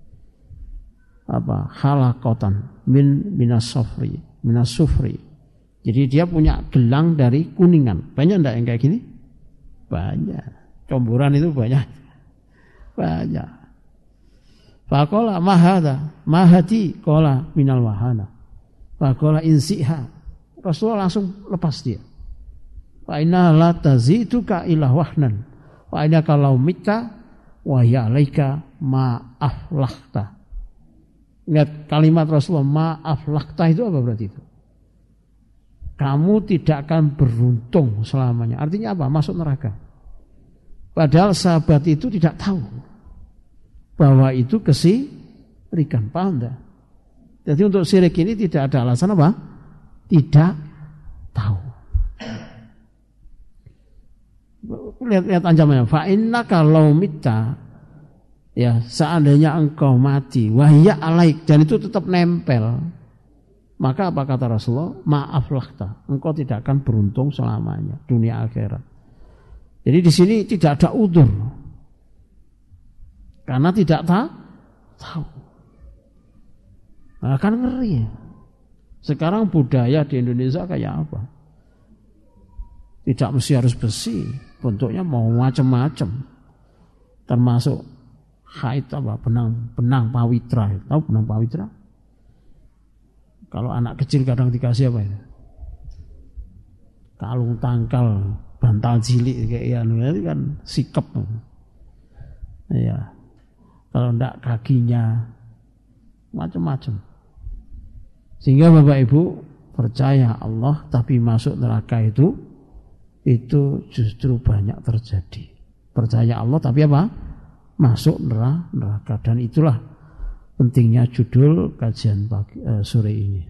apa? Halaqatan min minas sufri, minas sufri. Jadi dia punya gelang dari kuningan. Banyak enggak yang kayak gini? Banyak. comboran itu banyak. Banyak. Faqala mahada, mahati qala minal wahana. Faqala insiha. Rasulullah langsung lepas dia. Fa inna la taziduka ila wahnan. Fa inna kalau mita wa ya alaika ma aflahta. Lihat kalimat Rasulullah, ma aflahta itu apa berarti itu? Kamu tidak akan beruntung selamanya. Artinya apa? Masuk neraka. Padahal sahabat itu tidak tahu bahwa itu kesirikan, paham enggak? Jadi untuk syirik ini tidak ada alasan apa? Tidak tahu. Lihat-lihat ancamannya. Fa innaka law mitta, ya seandainya engkau mati, wahya alaik, dan itu tetap nempel, maka apa kata Rasulullah? Maaf lahta, engkau tidak akan beruntung selamanya dunia akhirat. Jadi di sini tidak ada udzur. Karena tidak ta- tahu. Nah, kan ngeri. Sekarang budaya di Indonesia kayak apa? Tidak mesti harus besi, bentuknya mau macam-macam. Termasuk haid apa? Benang, benang pawitra. Tahu benang pawitra? Kalau anak kecil kadang dikasih apa itu? Kalung tangkal, bantal cilik kayak itu kan sikap. Ya. Kalau enggak kakinya macam-macam. Sehingga Bapak Ibu percaya Allah tapi masuk neraka itu itu justru banyak terjadi. Percaya Allah tapi apa? Masuk neraka. Dan itulah pentingnya judul kajian pagi, eh, sore ini.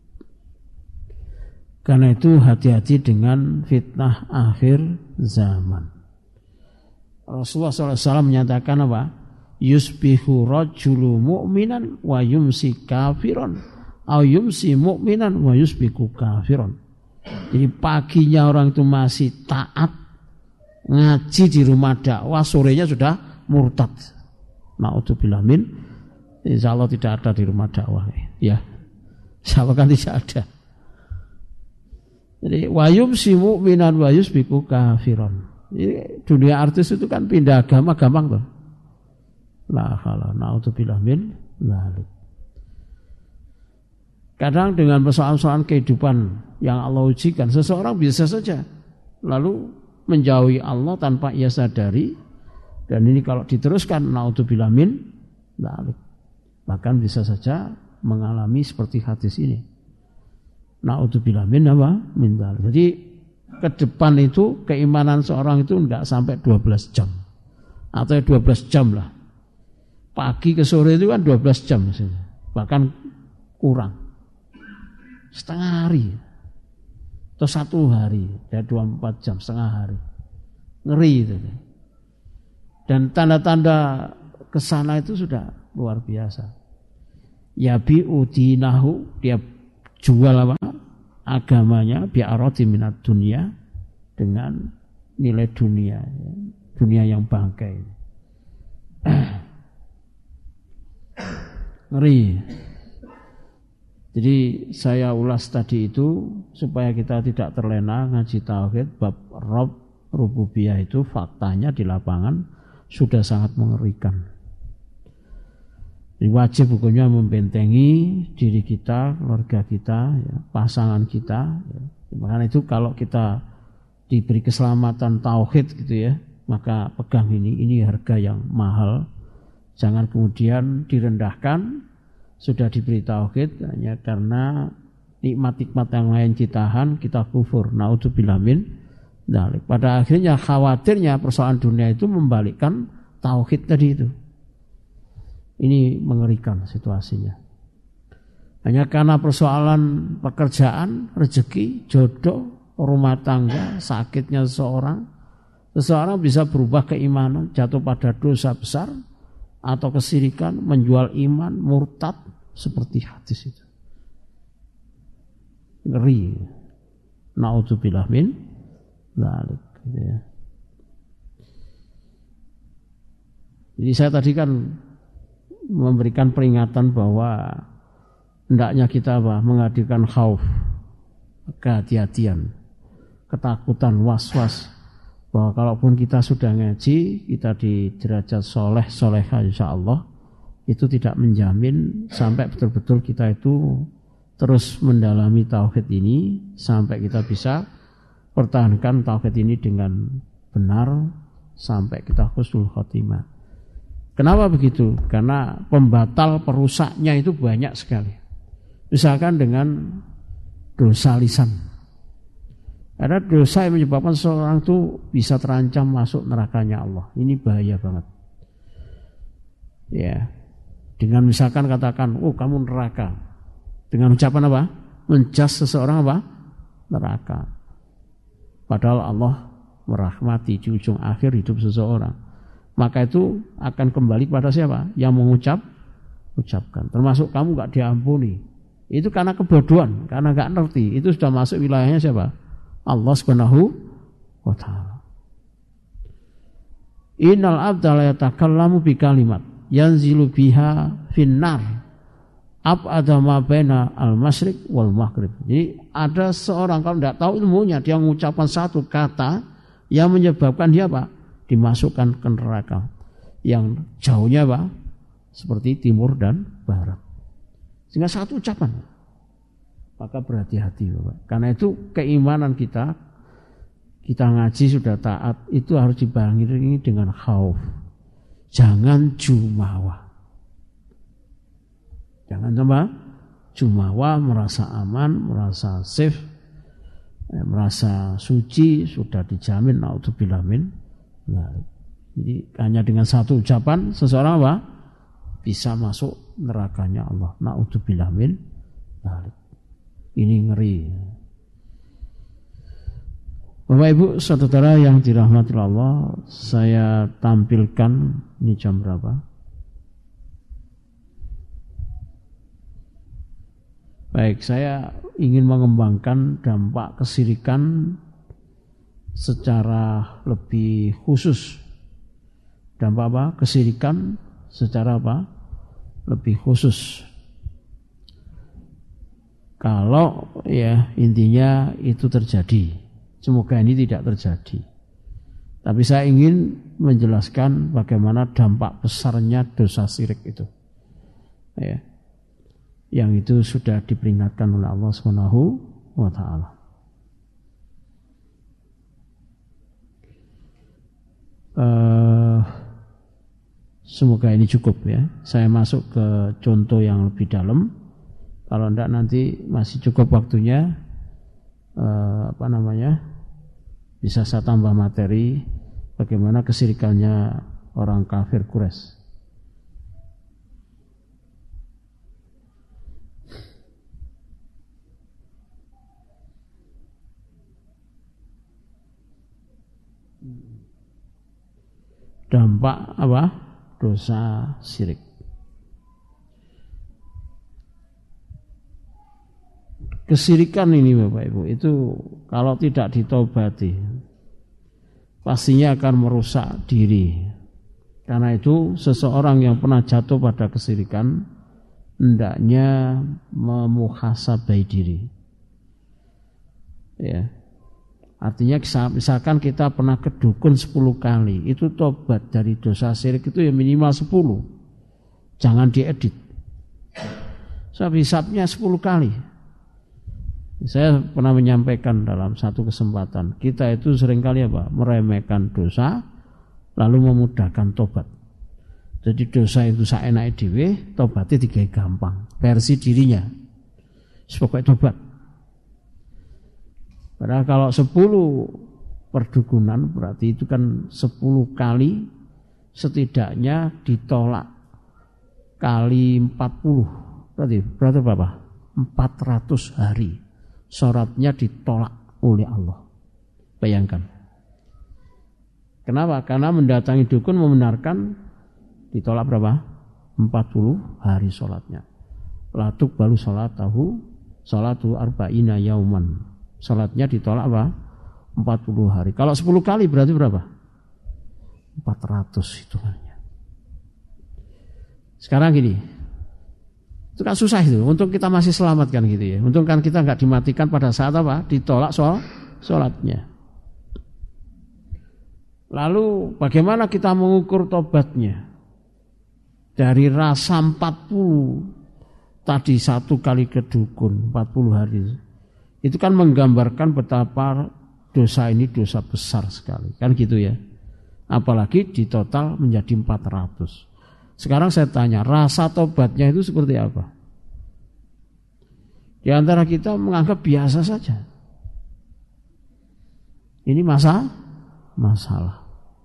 Karena itu hati-hati dengan fitnah akhir zaman. Rasulullah shallallahu alaihi wasallam menyatakan apa? Yusbihu rajulu mu'minan wa yumsi kafiron, au yumsi mu'minan wa yusbiku kafiron. Jadi paginya orang itu masih taat ngaji di rumah dakwah, sorenya sudah murtad. Na'udzubillah min, insyaallah tidak ada di rumah dakwah ya. Siapa kan tidak ada. Jadi wa yumsi mu'minan wa yusbiku kafiron. Jadi dunia artis itu kan pindah agama gampang tuh. La khala na'udzubillah min dzalik. Kadang dengan persoalan-persoalan kehidupan yang Allah ujikan, seseorang bisa saja lalu menjauhi Allah tanpa ia sadari, dan ini kalau diteruskan na'udzubillah min dzalik, bahkan bisa saja mengalami seperti hadis ini. Na'udzubillah min apa? Min dzalik. Jadi ke depan itu keimanan seorang itu enggak sampai dua belas jam atau dua belas jam lah. Pagi ke sore itu kan dua belas jam misalnya. Bahkan kurang. Setengah hari. Atau satu hari. Ya dua puluh empat jam, setengah hari. Ngeri itu. Dan tanda-tanda kesana itu sudah luar biasa. Yabi'u dinahu, dia jual apa? Agamanya bi'arati minat dunia, dengan nilai dunia. Dunia yang bangkai. Ngeri. Jadi saya ulas tadi itu supaya kita tidak terlena ngaji tauhid bab Rabb rububiyah itu faktanya di lapangan sudah sangat mengerikan. Jadi wajib hukumnya membentengi diri kita, keluarga kita, ya, pasangan kita. Ya. Makanya itu kalau kita diberi keselamatan tauhid gitu ya, maka pegang ini, ini harga yang mahal. Jangan kemudian direndahkan, sudah diberi tauhid hanya karena nikmat-nikmat yang lain ditahan, kita kufur. Na'udzubillah min dzalik. Pada akhirnya khawatirnya persoalan dunia itu membalikkan tauhid tadi itu. Ini mengerikan situasinya. Hanya karena persoalan pekerjaan, rezeki, jodoh, rumah tangga, sakitnya seseorang, seseorang bisa berubah keimanan, jatuh pada dosa besar, atau kesirikan, menjual iman, murtad, seperti hadis itu. Ngeri. Na'udzubillah min dzalik. Gitu ya. Jadi saya tadi kan memberikan peringatan bahwa hendaknya kita apa? Menghadirkan khauf, kehati-hatian, ketakutan, was-was bahwa kalaupun kita sudah ngaji, kita di derajat soleh soleha insya Allah, itu tidak menjamin sampai betul-betul kita itu terus mendalami tauhid ini sampai kita bisa pertahankan tauhid ini dengan benar sampai kita husnul khotimah. Kenapa begitu? Karena pembatal perusaknya itu banyak sekali. Misalkan dengan dosa lisan. Ada dosa yang menyebabkan seseorang itu bisa terancam masuk nerakanya Allah. Ini bahaya banget. Ya, dengan misalkan katakan, oh kamu neraka. Dengan ucapan apa? Menjas seseorang apa? Neraka. Padahal Allah merahmati di ujung akhir hidup seseorang. Maka itu akan kembali pada siapa? Yang mengucap, ucapkan. Termasuk kamu gak diampuni. Itu karena kebodohan, karena gak ngerti. Itu sudah masuk wilayahnya siapa? Allah Subhanahu wa ta'ala. Innal abda la yatakallamu bi kalimat yanzilu biha finnar ab'ada ma baina al-masyriq wal maghrib. Jadi ada seorang kalau tidak tahu ilmunya, dia mengucapkan satu kata yang menyebabkan dia apa? Dimasukkan ke neraka. Yang jauhnya apa? Seperti timur dan barat. Sehingga satu ucapan. Maka berhati-hati Bapak. Karena itu keimanan kita, kita ngaji sudah taat, itu harus dibarengi dengan khauf. Jangan jumawa. Jangan apa? Jumawa, merasa aman, merasa safe, eh, merasa suci, sudah dijamin naudzubillah min. Nah, jadi hanya dengan satu ucapan seseorang apa? Bisa masuk nerakanya Allah. Naudzubillah min. Nah, ini ngeri. Bapak Ibu saudara yang dirahmati Allah, saya tampilkan ini jam berapa? Baik, saya ingin mengembangkan dampak kesyirikan secara lebih khusus. Dampak apa? Kesyirikan secara apa? Lebih khusus. Kalau ya intinya itu terjadi, semoga ini tidak terjadi. Tapi saya ingin menjelaskan bagaimana dampak besarnya dosa syirik itu, ya, yang itu sudah diperingatkan oleh Allah Subhanahu wa Ta'ala. Uh, semoga ini cukup ya. Saya masuk ke contoh yang lebih dalam. Kalau enggak nanti masih cukup waktunya, eh, apa namanya, bisa saya tambah materi bagaimana kesyirikannya orang kafir Quraisy. Dampak apa? Dosa syirik. Kesyirikan ini Bapak Ibu itu kalau tidak ditobati pastinya akan merusak diri. Karena itu seseorang yang pernah jatuh pada kesyirikan hendaknya memuhasabai diri. Ya. Artinya misalkan kita pernah ke dukun sepuluh kali, itu tobat dari dosa syirik itu ya minimal sepuluh. Jangan diedit. So, hisabnya sepuluh kali. Saya pernah menyampaikan dalam satu kesempatan, kita itu seringkali apa? Meremehkan dosa, lalu memudahkan tobat. Jadi dosa itu saenake dhewe, tobatnya tiga gampang. Versi dirinya, pokoknya tobat. Padahal kalau sepuluh perdukunan berarti itu kan sepuluh kali setidaknya ditolak kali empat puluh. Berarti berarti berapa? empat ratus hari. Syaratnya ditolak oleh Allah. Bayangkan. Kenapa? Karena mendatangi dukun membenarkan ditolak berapa? empat puluh hari sholatnya. Latuk balu sholat tahu sholatu arba'ina yauman. Sholatnya ditolak apa? empat puluh hari. Kalau sepuluh kali berarti berapa? empat ratus hitungannya. Sekarang gini. Itu kan susah itu, untung kita masih selamat kan gitu ya. Untung kan kita nggak dimatikan pada saat apa? Ditolak soal sholatnya. Lalu bagaimana kita mengukur tobatnya? Dari rasa empat puluh tadi satu kali ke dukun empat puluh hari. Itu kan menggambarkan betapa dosa ini dosa besar sekali. Kan gitu ya. Apalagi di total menjadi empat ratus. Sekarang saya tanya, rasa tobatnya itu seperti apa? Di antara kita menganggap biasa saja. Ini masa masalah.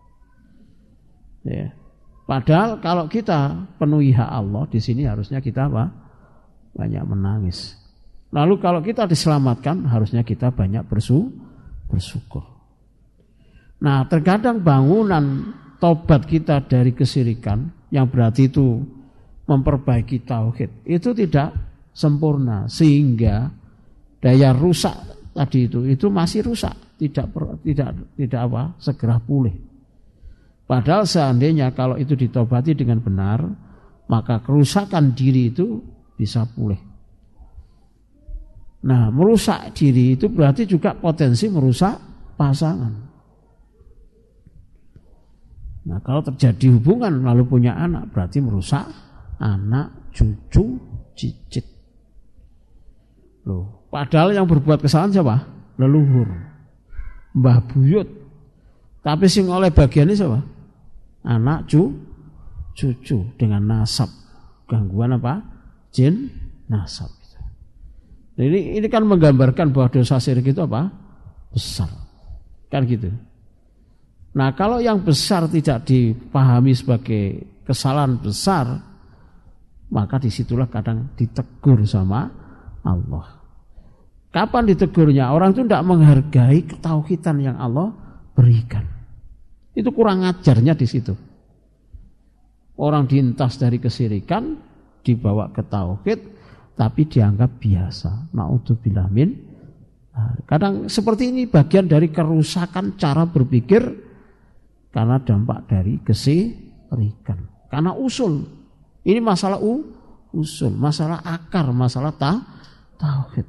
Ya. Padahal kalau kita penuhi hak Allah di sini harusnya kita apa? Banyak menangis. Lalu kalau kita diselamatkan harusnya kita banyak bersu, bersyukur. Nah, terkadang bangunan tobat kita dari kesyirikan yang berarti itu memperbaiki tauhid itu tidak sempurna sehingga daya rusak tadi itu itu masih rusak, tidak tidak tidak apa? Segera pulih. Padahal seandainya kalau itu ditobati dengan benar, maka kerusakan diri itu bisa pulih. Nah, merusak diri itu berarti juga potensi merusak pasangan. Nah, kalau terjadi hubungan lalu punya anak, berarti merusak anak, cucu, cicit. Loh, padahal yang berbuat kesalahan siapa? Leluhur, mbah buyut. Tapi sing oleh bagian ini siapa? Anak, cu, cucu dengan nasab. Gangguan apa? Jin, nasab. Jadi ini kan menggambarkan bahwa dosa syirik itu apa? Besar. Kan gitu. Nah, kalau yang besar tidak dipahami sebagai kesalahan besar, maka disitulah kadang ditegur sama Allah. Kapan ditegurnya? Orang itu tidak menghargai ketauhidan yang Allah berikan. Itu kurang ajarnya di situ. Orang diintas dari kesyirikan, dibawa ke tauhid, tapi dianggap biasa. Na'udzubillah min. Nah, kadang seperti ini bagian dari kerusakan cara berpikir karena dampak dari kesyirikan. Karena usul. Ini masalah u, usul, masalah akar, masalah ta, tauhid.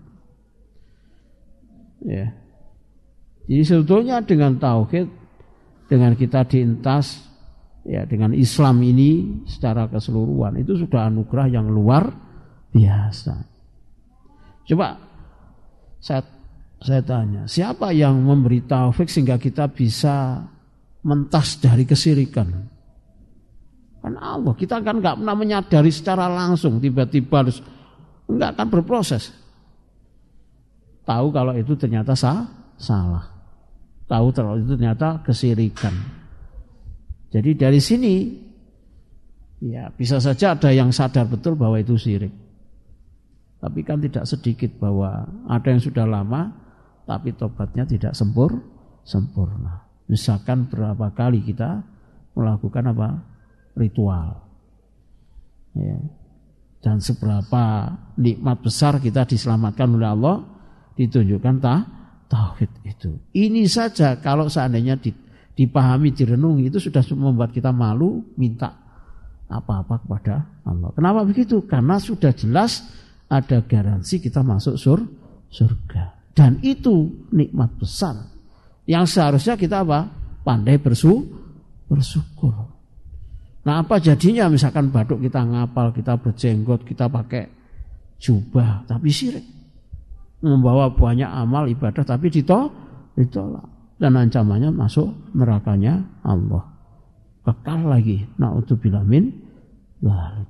Ya. Jadi sebetulnya dengan tauhid, dengan kita diintas ya dengan Islam ini secara keseluruhan itu sudah anugerah yang luar biasa. Coba saya saya tanya, siapa yang memberi taufik sehingga kita bisa mentas dari kesyirikan? Kan Allah. Kita kan nggak pernah menyadari secara langsung, tiba-tiba harus nggak akan berproses. Tahu kalau itu ternyata sah, salah. Tahu kalau itu ternyata kesyirikan. Jadi dari sini ya bisa saja ada yang sadar betul bahwa itu syirik. Tapi kan tidak sedikit bahwa ada yang sudah lama tapi tobatnya tidak sempur, sempurna. Misalkan berapa kali kita melakukan apa? Ritual. Ya. Dan seberapa nikmat besar kita diselamatkan oleh Allah, ditunjukkan ta, tauhid itu. Ini saja kalau seandainya dipahami, direnungi, itu sudah membuat kita malu minta apa-apa kepada Allah. Kenapa begitu? Karena sudah jelas ada garansi kita masuk sur, surga. Dan itu nikmat besar yang seharusnya kita apa? Pandai bersu, bersyukur. Nah, apa jadinya misalkan baduk kita ngapal, kita berjenggot, kita pakai jubah, tapi syirik. Membawa banyak amal ibadah tapi ditolak. Dan ancamannya masuk nerakanya Allah. Kekal lagi. Na'udzubillah min dzalik.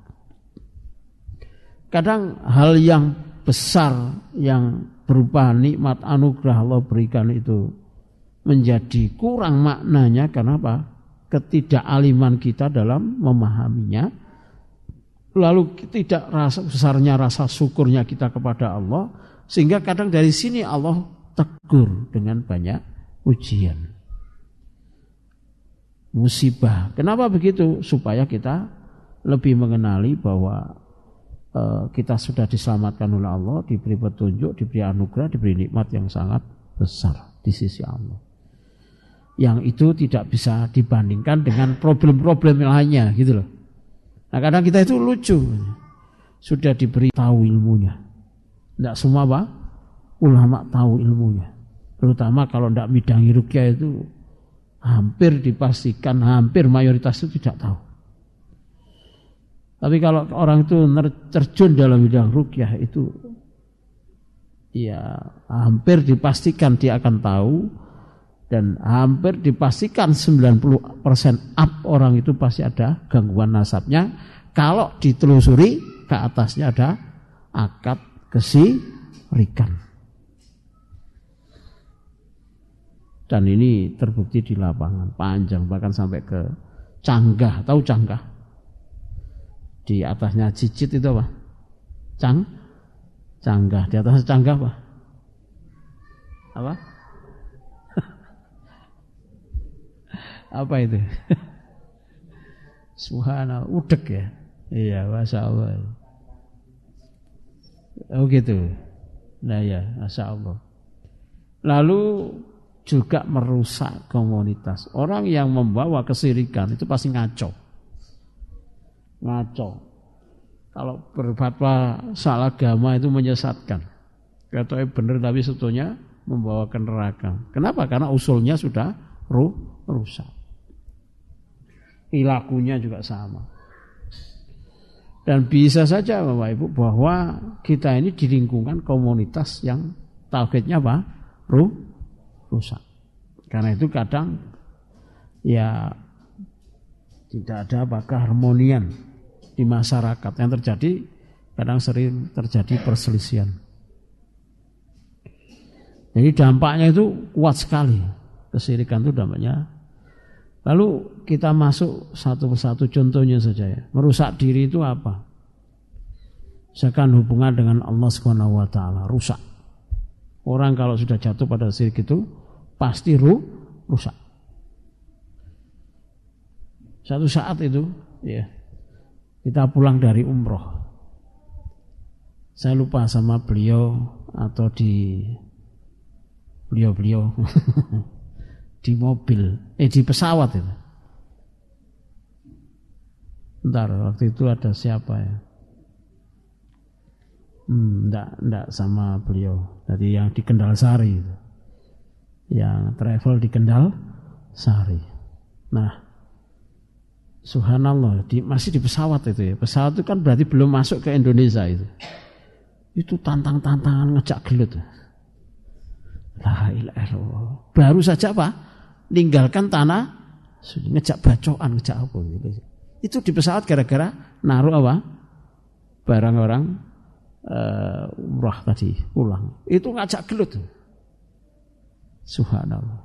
Kadang hal yang besar yang berupa nikmat anugerah Allah berikan itu menjadi kurang maknanya karena apa? Ketidakaliman kita dalam memahaminya. Lalu tidak rasa besarnya rasa syukurnya kita kepada Allah, sehingga kadang dari sini Allah tegur dengan banyak ujian, musibah. Kenapa begitu? Supaya kita lebih mengenali bahwa uh, kita sudah diselamatkan oleh Allah, diberi petunjuk, diberi anugerah, diberi nikmat yang sangat besar di sisi Allah. Yang itu tidak bisa dibandingkan dengan problem-problem lainnya, gitu loh. Nah, kadang kita itu lucu, sudah diberi tahu ilmunya. Tidak semua apa? Ulama tahu ilmunya. Terutama kalau tidak bidangi ruqyah itu hampir dipastikan, hampir mayoritas itu tidak tahu. Tapi kalau orang itu terjun dalam bidang ruqyah itu, ya hampir dipastikan dia akan tahu, dan hampir dipastikan sembilan puluh persen up orang itu pasti ada gangguan nasabnya. Kalau ditelusuri ke atasnya ada akad kesirikan. Dan ini terbukti di lapangan panjang, bahkan sampai ke canggah. Tahu canggah? Di atasnya cicit itu apa? Cang? Canggah. Di atasnya canggah apa? Apa? Apa itu? Subhanallah, udek ya? Iya, Masya Allah. Oh gitu. Nah ya, Masya Allah. Lalu juga merusak komunitas. Orang yang membawa kesirikan itu pasti ngaco. Ngaco. Kalau berfatwa salah agama itu menyesatkan. Katanya benar tapi sebetulnya membawa ke neraka. Kenapa? Karena usulnya sudah rusak. Ilakunya juga sama. Dan bisa saja Bapak Ibu bahwa kita ini di lingkungan komunitas yang tauhidnya apa? Rusak. Karena itu kadang ya tidak ada apa keharmonian di masyarakat. Yang terjadi kadang sering terjadi perselisihan. Jadi dampaknya itu kuat sekali. Kesirikan itu dampaknya. Lalu kita masuk satu persatu, contohnya saja ya. Merusak diri itu apa? Misalkan hubungan dengan Allah Subhanahu wa taala rusak. Orang kalau sudah jatuh pada syirik itu pasti ru, rusak. Satu saat itu ya, kita pulang dari umroh. Saya lupa sama beliau atau di beliau-beliau di mobil, eh di pesawat itu. Bentar, waktu itu ada siapa ya? Hmm, enggak, enggak sama beliau. Jadi yang di Kendal Sari itu. Yang travel di Kendal Sari. Nah, subhanallah, di, masih di pesawat itu ya. Pesawat itu kan berarti belum masuk ke Indonesia itu. Itu tantang-tantangan ngejak gelut. La ilaha illallah. Baru saja apa? Ninggalkan tanah, ngejak bacokan, ngejak apa gitu. Itu di pesawat gara-gara naruh apa? Barang orang uh, umrah tadi pulang. Itu ngajak gelut. Subhanallah.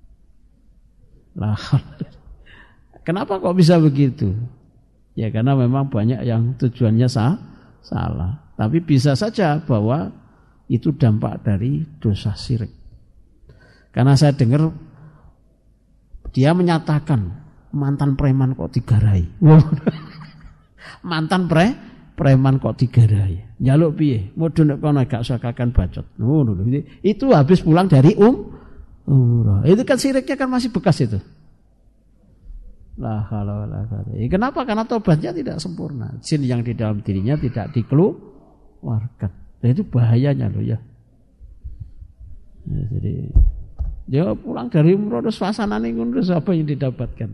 Lah. Kenapa kok bisa begitu? Ya karena memang banyak yang tujuannya sah, salah. Tapi bisa saja bahwa itu dampak dari dosa syirik. Karena saya dengar dia menyatakan mantan preman kok digarai. Mantan pre preman kok digarai. Njaluk piye? Modho nek kono gak usah kakan bacot. Ngono lho. Itu habis pulang dari um umrah. Itu kan siriknya kan masih bekas itu. La haula wala quwata. Kenapa? Karena tobatnya tidak sempurna. Jin yang di dalam dirinya tidak dikeluarkan. Dan itu bahayanya loh ya. Ya jadi dia pulang dari umroh terus suasanane ngono terus apa yang didapatkan?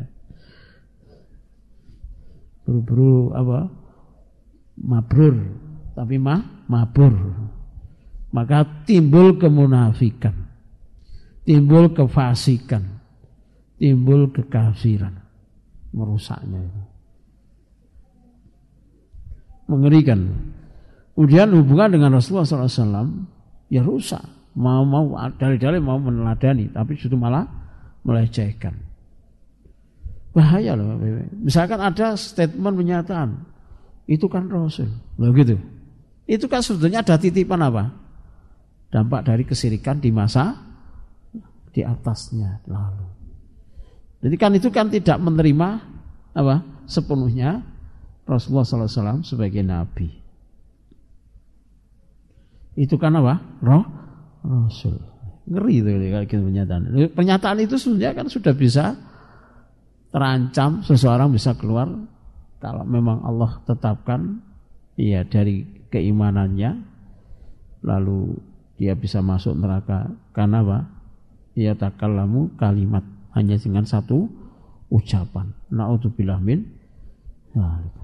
Buru-buru apa? Mabrur, tapi mah mabur. Maka timbul kemunafikan, timbul kefasikan, timbul kekafiran, merusaknya itu. Mengerikan. Kemudian hubungan dengan Rasulullah shallallahu alaihi wasallam ya rusak. Mau-mau dalil-dalil mau meneladani, tapi justru malah melecehkan. Bahaya loh. Misalkan ada statement pernyataan, itu kan Rasul, loh gitu. Itu kan sebetulnya ada titipan apa? Dampak dari kesirikan di masa di atasnya lalu. Jadi kan itu kan tidak menerima apa? Sepenuhnya Rasulullah shallallahu alaihi wasallam sebagai nabi. Itu kan apa? Roh Rasul. Ngeri itu kalau gitu pernyataan. Pernyataan itu sebenarnya kan sudah bisa terancam seseorang bisa keluar kalau memang Allah tetapkan iya dari keimanannya, lalu dia bisa masuk neraka karena apa? Ia takallamu kalimat hanya dengan satu ucapan. Na'udzubillah min dzalik.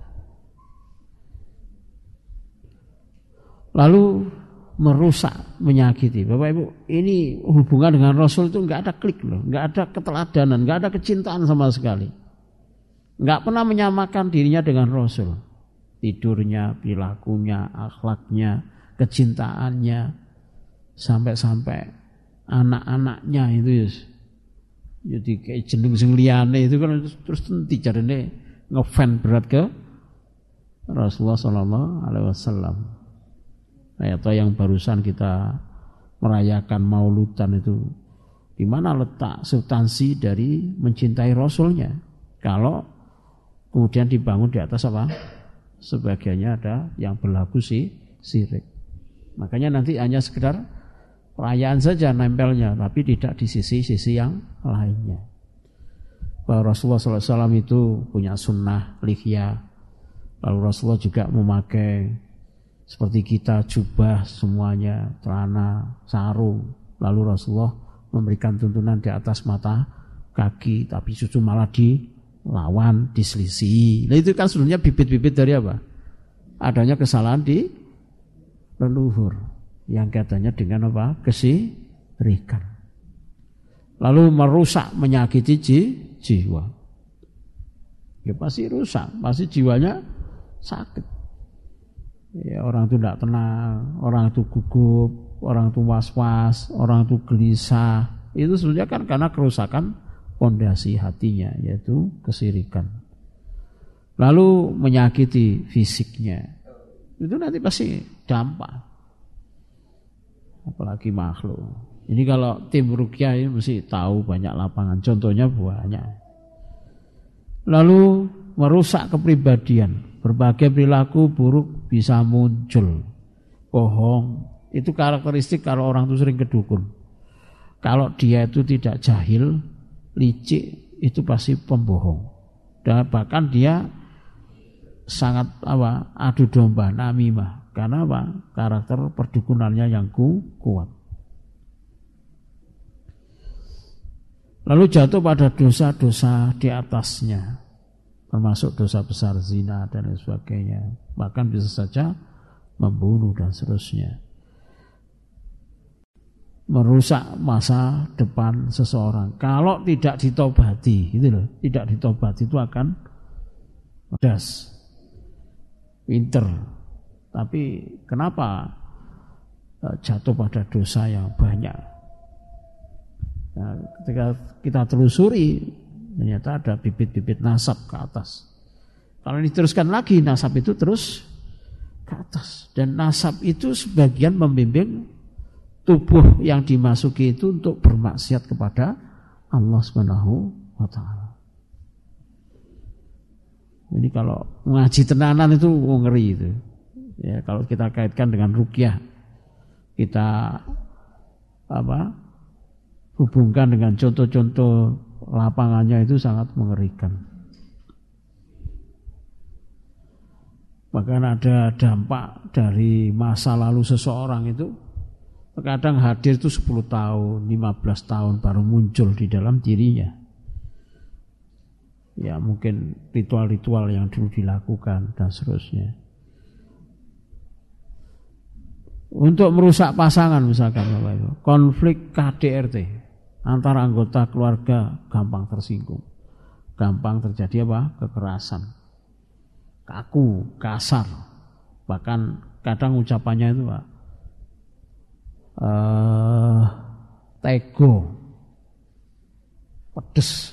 Lalu merusak, menyakiti. Bapak Ibu, ini hubungan dengan Rasul itu enggak ada klik loh, enggak ada keteladanan, enggak ada kecintaan sama sekali. Enggak pernah menyamakan dirinya dengan Rasul. Tidurnya, perilakunya, akhlaknya, kecintaannya, sampai-sampai anak-anaknya itu jadi kayak jeneng sing liyane itu kan terus tenti jarene ngefan berat ke Rasulullah sallallahu alaihi wasallam. Atau yang barusan kita merayakan Mauludan itu, di mana letak substansi dari mencintai Rasulnya? Kalau kemudian dibangun di atas apa? Sebagiannya ada yang berlaku si syirik. Makanya nanti hanya sekedar perayaan saja nempelnya, tapi tidak di sisi-sisi yang lainnya. Bahwa Rasulullah shallallahu alaihi wasallam itu punya sunnah lihya, lalu Rasulullah juga memakai seperti kita jubah semuanya, celana, sarung, lalu Rasulullah memberikan tuntunan di atas mata kaki, tapi justru malah dilawan, diselisih. Nah itu kan sebenarnya bibit-bibit dari apa? Adanya kesalahan di leluhur yang katanya dengan apa? Kesirikan. Lalu merusak, menyakiti jiwa. Ya pasti rusak, pasti jiwanya sakit. Ya, orang itu tidak tenang, orang itu gugup, orang itu was-was, orang itu gelisah. Itu sebenarnya kan karena kerusakan pondasi hatinya, yaitu kesirikan. Lalu menyakiti fisiknya. Itu nanti pasti dampak. Apalagi makhluk. Ini kalau tim ruqyah ini mesti tahu banyak lapangan, contohnya banyak. Lalu merusak kepribadian, berbagai perilaku buruk bisa muncul. Bohong, itu karakteristik kalau orang itu sering kedukun. Kalau dia itu tidak jahil, licik, itu pasti pembohong. Dan bahkan dia sangat apa? Adu domba, namimah. Karena apa? Karakter perdukunannya yang ku, kuat. Lalu jatuh pada dosa-dosa di atasnya, termasuk dosa besar zina dan lain sebagainya. Bahkan bisa saja membunuh dan seterusnya. Merusak masa depan seseorang. Kalau tidak ditobati, gitu loh, tidak ditobati itu akan das, pinter. Tapi kenapa jatuh pada dosa yang banyak? Nah, ketika kita telusuri, ternyata ada bibit-bibit nasab ke atas. Kalau diteruskan lagi, nasab itu terus ke atas. Dan nasab itu sebagian membimbing tubuh yang dimasuki itu untuk bermaksiat kepada Allah Subhanahu wa taala. Jadi kalau ngaji tenanan itu ngeri itu. Ya, kalau kita kaitkan dengan ruqyah, kita apa? Hubungkan dengan contoh-contoh lapangannya itu sangat mengerikan. Bahkan ada dampak dari masa lalu seseorang itu, terkadang hadir itu sepuluh tahun, lima belas tahun baru muncul di dalam dirinya. Ya mungkin ritual-ritual yang dulu dilakukan dan seterusnya. Untuk merusak pasangan misalkan Bapak Ibu, konflik K D R T antara anggota keluarga gampang tersinggung, gampang terjadi apa? Kekerasan, kaku, kasar, bahkan kadang ucapannya itu Pak, uh, tego, pedes,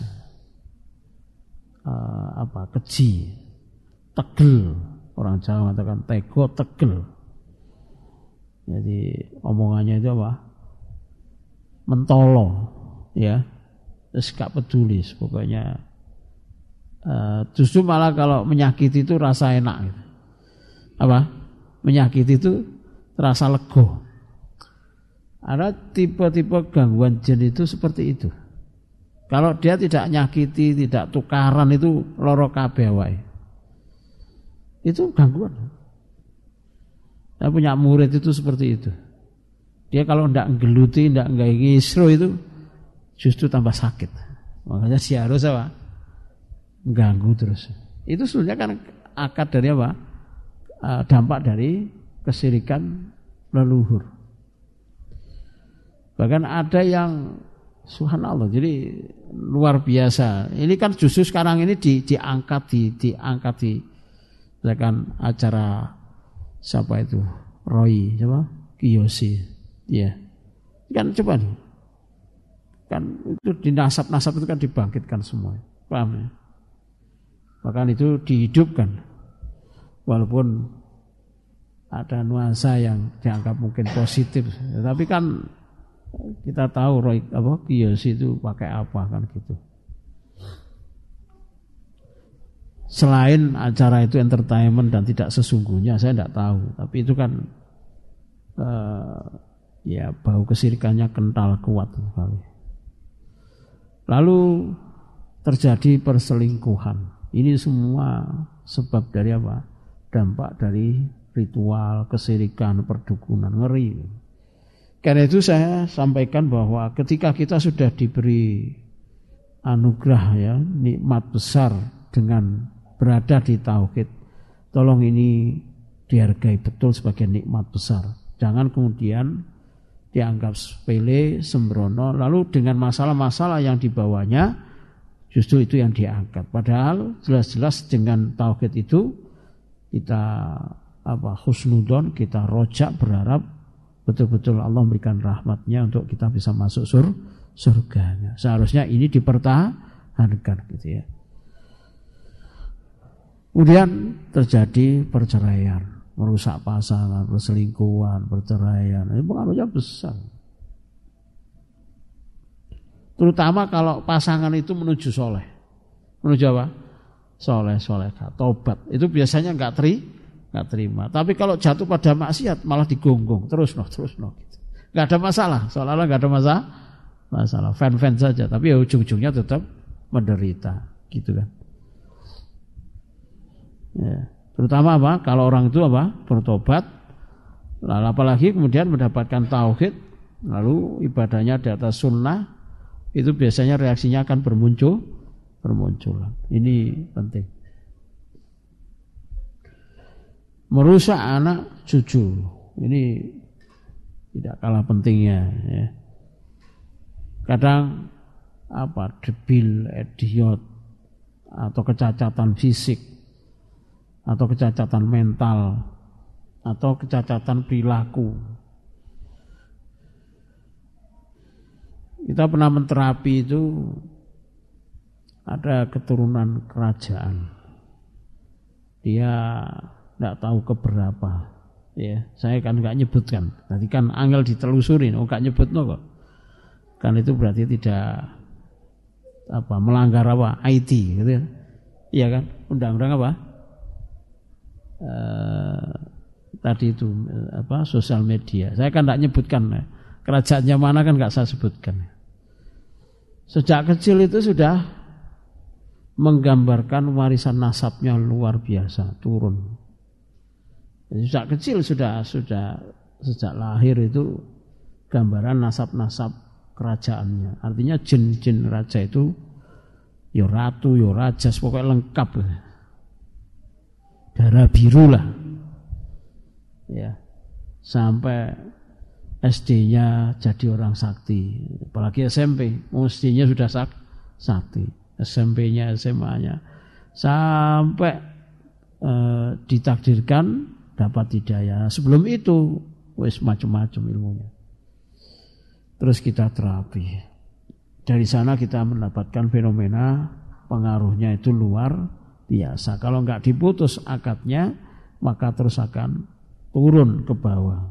uh, apa? Keji, tegel. Orang Jawa mengatakan tego, tegel. Jadi omongannya itu apa? Mentolo, ya. Terus gak peduli, pokoknya. Uh, justru malah kalau menyakiti itu rasa enak. Gitu. Apa? Menyakiti itu terasa lego. Ada tipe-tipe gangguan jin itu seperti itu. Kalau dia tidak nyakiti, tidak tukaran itu loro kabeh wae. Itu gangguan. Saya punya murid itu seperti itu. Dia kalau tidak nggeluti, tidak nggak ngisro itu justru tambah sakit. Makanya dia harus apa? Ganggu terus. Itu sebenarnya kan akad dari apa? Dampak dari kesyirikan leluhur. Bahkan ada yang subhanallah, jadi luar biasa. Ini kan justru sekarang ini di, diangkat di diangkat di misalkan acara siapa itu? Roy, siapa? Kiyoshi. Iya. Kan coba nih. Kan itu di nasab-nasab itu kan dibangkitkan semua. Paham ya? Bahkan itu dihidupkan. Walaupun ada nuansa yang dianggap mungkin positif, tapi kan kita tahu Roy apa Kiyoshi itu pakai apa kan gitu. Selain acara itu entertainment dan tidak sesungguhnya, saya tidak tahu. Tapi itu kan uh, ya bau kesirikannya kental kuat sekali. Lalu terjadi perselingkuhan. Ini semua sebab dari apa? Dampak dari ritual, kesirikan, perdukunan, ngeri. Karena itu saya sampaikan bahwa ketika kita sudah diberi anugerah ya, nikmat besar dengan berada di tauhid, tolong ini dihargai betul sebagai nikmat besar. Jangan kemudian dianggap sepele, sembrono, lalu dengan masalah-masalah yang dibawanya justru itu yang diangkat. Padahal jelas-jelas dengan tauhid itu kita apa husnudon, kita rojak berharap betul-betul Allah memberikan rahmatnya untuk kita bisa masuk sur, surganya. Seharusnya ini dipertahankan gitu ya. Kemudian terjadi perceraian, merusak pasangan, perselingkuhan, perceraian. Ini pengaruhnya besar. Terutama kalau pasangan itu menuju soleh. Menuju apa? Soleh, soleh, tobat. Itu biasanya enggak teri, enggak terima. Tapi kalau jatuh pada maksiat malah digonggong. Terus no, terus no. Gitu. Enggak ada masalah. Seolah-olah enggak ada masalah. Masalah. Fan-fan saja. Tapi ya ujung-ujungnya tetap menderita. Gitu kan. Ya. Terutama apa? Kalau orang itu apa? Bertobat. Lalu apalagi kemudian mendapatkan tauhid. Lalu ibadahnya di atas sunnah. Itu biasanya reaksinya akan bermuncul, bermunculan. Ini penting. Merusak anak cucu, ini tidak kalah pentingnya. Ya. Kadang apa debil, idiot, atau kecacatan fisik, atau kecacatan mental, atau kecacatan perilaku. Kita pernah menterapi itu ada keturunan kerajaan. Dia tidak tahu keberapa. Ya, saya kan nggak nyebutkan. Tadi kan angel ditelusurin, oh nggak nyebut no kok. Kan itu berarti tidak apa melanggar apa I T, gitu ya. Iya kan? Undang-undang apa? Uh, tadi itu apa sosial media. Saya kan nggak nyebutkan. Kerajaannya mana kan nggak saya sebutkan. Sejak kecil itu sudah menggambarkan warisan nasabnya luar biasa turun. Sejak kecil sudah sudah sejak lahir itu gambaran nasab-nasab kerajaannya. Artinya jin-jin raja itu ya ratu, ya raja, pokoknya lengkap. Darah biru lah. Ya. Sampai S D-nya jadi orang sakti, apalagi S M P, S D-nya sudah sak, sakti, S M P-nya, S M A-nya, sampai eh, ditakdirkan dapat hidayah. Sebelum itu, wis macam-macam ilmunya. Terus kita terapi. Dari sana kita mendapatkan fenomena pengaruhnya itu luar biasa. Kalau nggak diputus akadnya, maka terus akan turun ke bawah.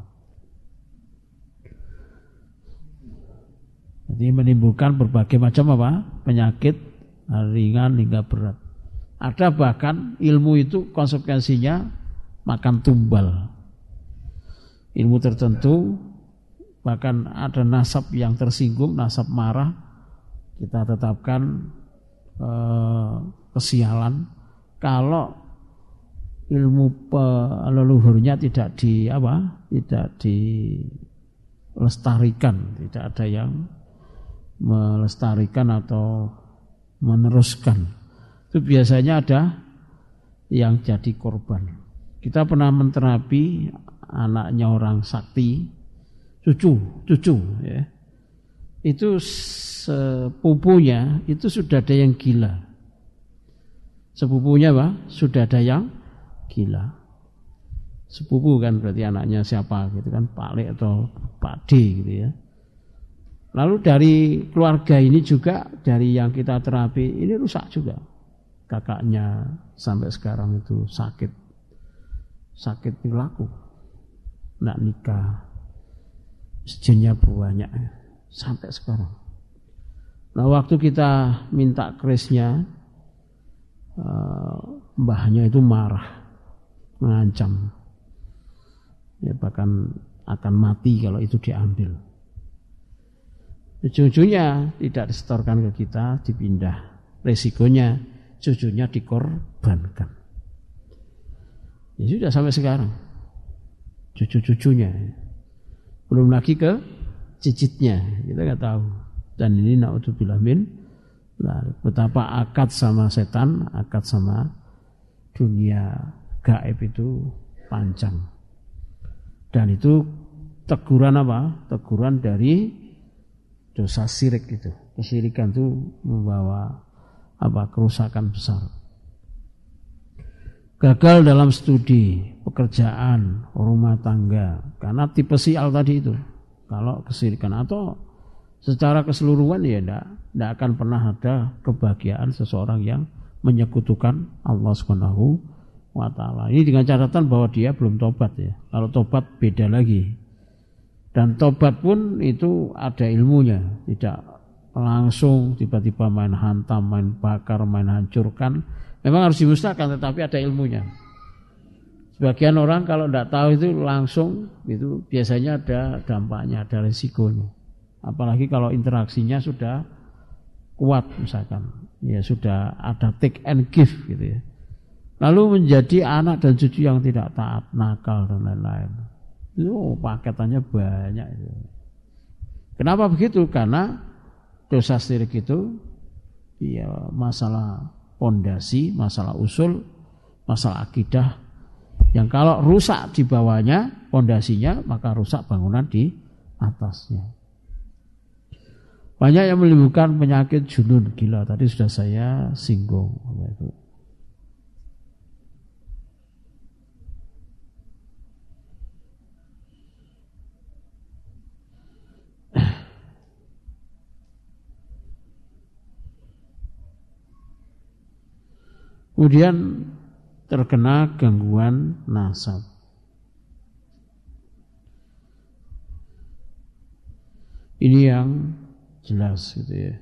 Jadi menimbulkan berbagai macam apa? Penyakit ringan hingga berat. Ada bahkan ilmu itu konsekuensinya makan tumbal. Ilmu tertentu bahkan ada nasab yang tersinggung, nasab marah, kita tetapkan eh, kesialan. Kalau ilmu leluhurnya tidak di apa? Tidak dilestarikan, tidak ada yang melestarikan atau meneruskan. Itu biasanya ada yang jadi korban. Kita pernah menterapi anaknya orang sakti, cucu, cucu ya. Itu sepupunya itu sudah ada yang gila. Sepupunya Pak, sudah ada yang gila. Sepupu kan berarti anaknya siapa gitu kan, Pak Le atau Pak D gitu ya. Lalu dari keluarga ini juga, dari yang kita terapi ini rusak juga. Kakaknya sampai sekarang itu sakit. Sakit perilaku. Nak nikah. Izinnya banyak sampai sekarang. Nah, waktu kita minta kerisnya, mbahnya itu marah, mengancam. Ya, bahkan akan mati kalau itu diambil. Ujung-ujungnya tidak disetorkan ke kita, dipindah. Resikonya cucunya dikorbankan. Ya sudah sampai sekarang. Cucu-cucunya. Belum lagi ke cicitnya, kita nggak tahu. Dan ini na'udzubillah min, nah, betapa akad sama setan, akad sama dunia gaib itu panjang. Dan itu teguran apa? Teguran dari dosa syirik itu. Kesyirikan itu membawa apa? Kerusakan besar. Gagal dalam studi, pekerjaan, rumah tangga, karena tipe sial tadi itu. Kalau kesyirikan atau secara keseluruhan ya tidak tidak akan pernah ada kebahagiaan seseorang yang menyekutukan Allah Subhanahu wa taala. Ini dengan catatan bahwa dia belum tobat ya. Kalau tobat beda lagi. Dan tobat pun itu ada ilmunya, tidak langsung tiba-tiba main hantam, main bakar, main hancurkan. Memang harus dimusnahkan, tetapi ada ilmunya. Sebagian orang kalau tidak tahu itu langsung, itu biasanya ada dampaknya, ada risikonya. Apalagi kalau interaksinya sudah kuat misalkan, ya sudah ada take and give gitu ya. Lalu menjadi anak dan cucu yang tidak taat, nakal dan lain-lain. Itu paketannya banyak itu. Kenapa begitu? Karena dosa syirik itu ya masalah pondasi, masalah usul, masalah akidah yang kalau rusak di bawahnya pondasinya, maka rusak bangunan di atasnya. Banyak yang menimbulkan penyakit junun gila, tadi sudah saya singgung. Kemudian terkena gangguan nasab. Ini yang jelas gitu ya.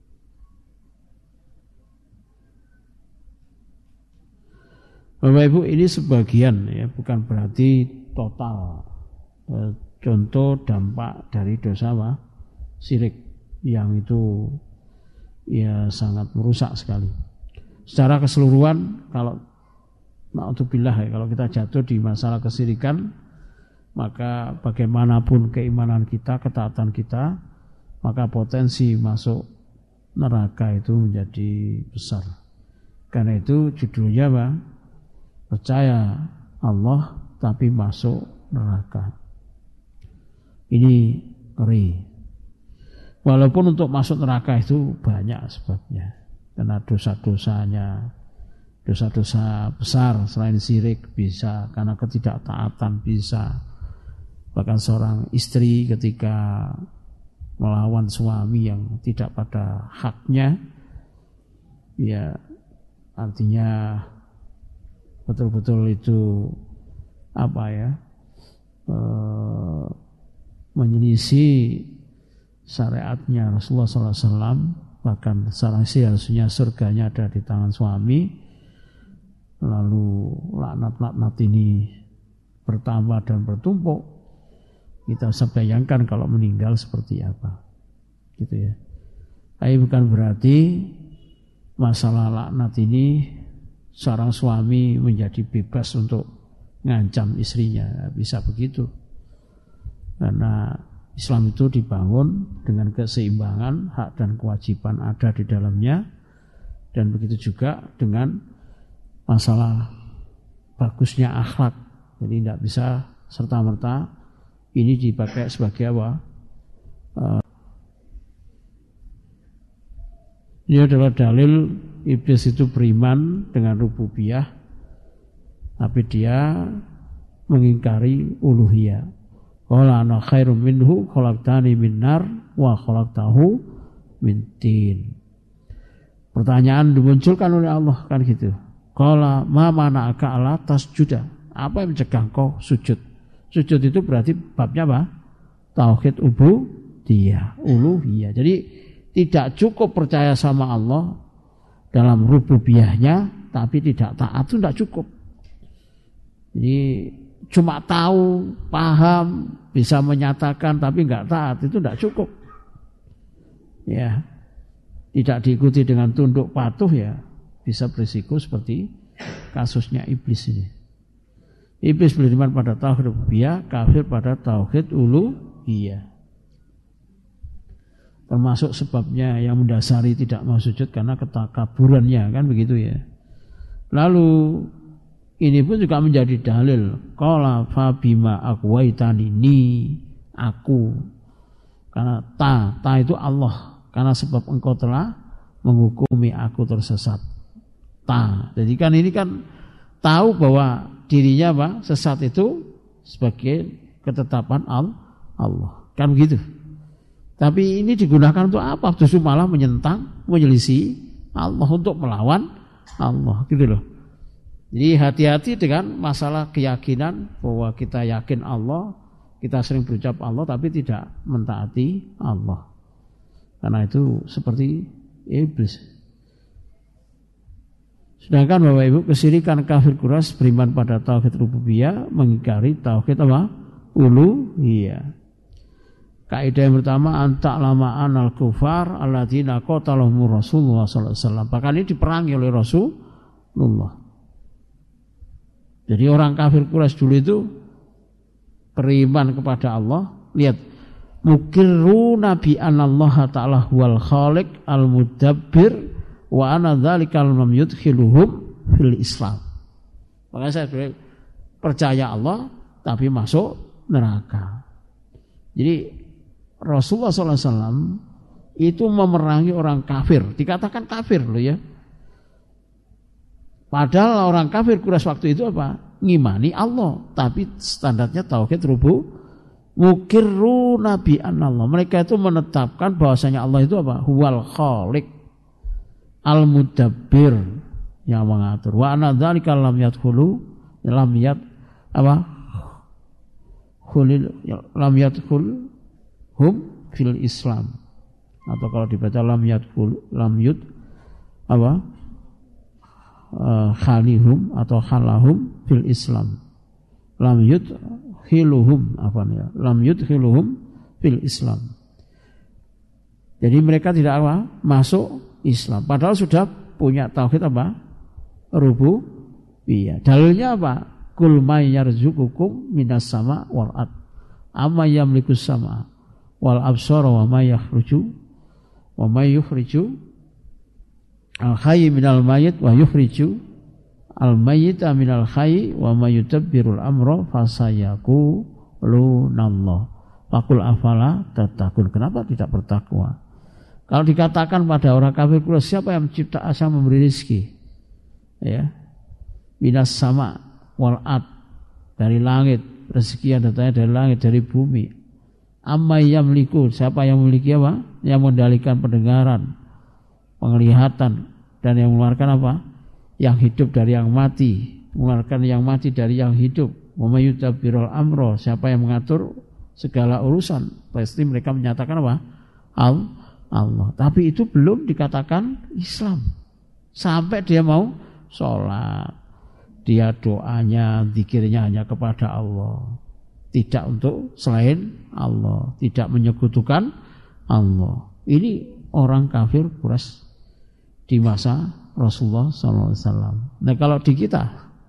Bapak Ibu, ini sebagian ya, bukan berarti total. Contoh dampak dari dosa apa? Syirik yang itu ya sangat merusak sekali. Secara keseluruhan kalau na'udzubillah ya, kalau kita jatuh di masalah kesyirikan, maka bagaimanapun keimanan kita, ketaatan kita, maka potensi masuk neraka itu menjadi besar. Karena itu judulnya apa? Percaya Allah tapi masuk neraka. Ini ngeri. Walaupun untuk masuk neraka itu banyak sebabnya. Karena dosa-dosanya, dosa-dosa besar selain syirik bisa, karena ketidaktaatan bisa. Bahkan seorang istri ketika melawan suami yang tidak pada haknya, ya artinya betul-betul itu apa ya, e, menyelisih syariatnya Rasulullah shallallahu alaihi wasallam. Bahkan seorang istri harusnya surganya ada di tangan suami, lalu laknat-laknat ini bertambah dan bertumpuk. Kita bisa bayangkan kalau meninggal seperti apa, gitu ya. Tapi bukan berarti masalah laknat ini seorang suami menjadi bebas untuk ngancam istrinya, bisa begitu. Karena Islam itu dibangun dengan keseimbangan, hak dan kewajiban ada di dalamnya, Dan begitu juga dengan masalah bagusnya akhlak. Jadi tidak bisa serta-merta ini dipakai sebagai apa? Uh, ini adalah dalil iblis itu beriman dengan rububiyah, tapi dia mengingkari uluhiyah. Qala ana khairum minhu khalaqtani min nar wa khalaqtahu min tin. Pertanyaan dimunculkan oleh Allah kan gitu. Qala ma mana'aka alla tasjuda. Apa yang mencegah kau sujud? Sujud itu berarti babnya apa? Tauhid ubudiyah, uluhiyah. Jadi tidak cukup percaya sama Allah dalam rububiyahnya, tapi tidak taat itu tidak cukup. Jadi cuma tahu, paham, bisa menyatakan tapi enggak taat itu tidak cukup. Ya. Tidak diikuti dengan tunduk patuh ya bisa berisiko seperti kasusnya iblis ini. Iblis beriman pada tauhid rububiyah, kafir pada tauhid uluhiyah. Termasuk sebabnya yang mendasari tidak mau sujud karena ketakaburannya kan begitu ya. Lalu ini pun juga menjadi dalil. Qala fa bima aqwaitani ni aku. Karena ta, ta itu Allah. Karena sebab engkau telah menghukumi aku tersesat. Ta. Jadi kan ini kan tahu bahwa dirinya apa? Sesat itu sebagai ketetapan Allah. Kan begitu. Tapi ini digunakan untuk apa? Justru malah menyentang, menyelisih Allah untuk melawan Allah. Gitu loh. Jadi hati-hati dengan masalah keyakinan bahwa kita yakin Allah, kita sering berucap Allah tapi tidak mentaati Allah. Karena itu seperti iblis. Sedangkan Bapak Ibu, kesyirikan kafir Quraisy beriman pada tauhid rububiyah, mengingkari tauhid apa? Uluhiyah. Kaidah yang pertama, anta'lamaan al-kufar alladzina qatalahum Rasulullah sallallahu alaihi wasallam. Bahkan ini diperangi oleh Rasulullah. Jadi orang kafir Quraisy dulu itu beriman kepada Allah. Lihat, mukirruna bi anallaha ta'ala huwal khaliq al-mudabbir wa ana dzalika lam yudkhiluhum fil Islam. Makanya saya percaya Allah tapi masuk neraka. Jadi Rasulullah sallallahu alaihi wasallam itu memerangi orang kafir, dikatakan kafir loh ya. Padahal orang kafir Quraisy waktu itu apa? Ngimani Allah, tapi standarnya tauhid rububiyah. Mukirru nabi anallah. Mereka itu menetapkan bahwasanya Allah itu apa? Huwal khaliq al-mudabbir, yang mengatur. Wa ana dzalika lam yadkhulu lam yad apa? Khulil lam yadkhul hum fil Islam. Atau kalau dibaca lam yadkhul lam yud apa? Uh, khalihum atau khalahum fil Islam. Lam yudkhiluhum apa ya? Lam yudkhiluhum fil Islam. Jadi mereka tidak apa? Masuk Islam. Padahal sudah punya tauhid apa? Rububiyah. Dalilnya apa? Kul may yarzuqukum minas sama wal ard. Amma yamlikus sama wal absara wa may yakhruju wa may yukhriju al-hayy minal mayyit wa yukhriju al-mayyita minal hayy wa may yudabbirul amra fasayaqulunallah. Faqul afala tattaqun. Kenapa tidak bertakwa? Kalau dikatakan pada orang kafir Quraisy, siapa yang mencipta asal memberi rezeki? Ya. Minas sama wal ard, dari langit, rezeki yang datangnya dari langit, dari bumi. Amma yamliku, siapa yang memiliki apa? Yang mengendalikan pendengaran, penglihatan, dan yang mengeluarkan apa? Yang hidup dari yang mati, mengeluarkan yang mati dari yang hidup. Wa may yudabbirul amra, siapa yang mengatur segala urusan? Pasti mereka menyatakan apa? Al Allah. Tapi itu belum dikatakan Islam. Sampai dia mau sholat, dia doanya, zikirnya hanya kepada Allah, tidak untuk selain Allah, tidak menyekutukan Allah. Ini orang kafir Quraisy di masa Rasulullah sallallahu alaihi wasallam. Nah kalau di kita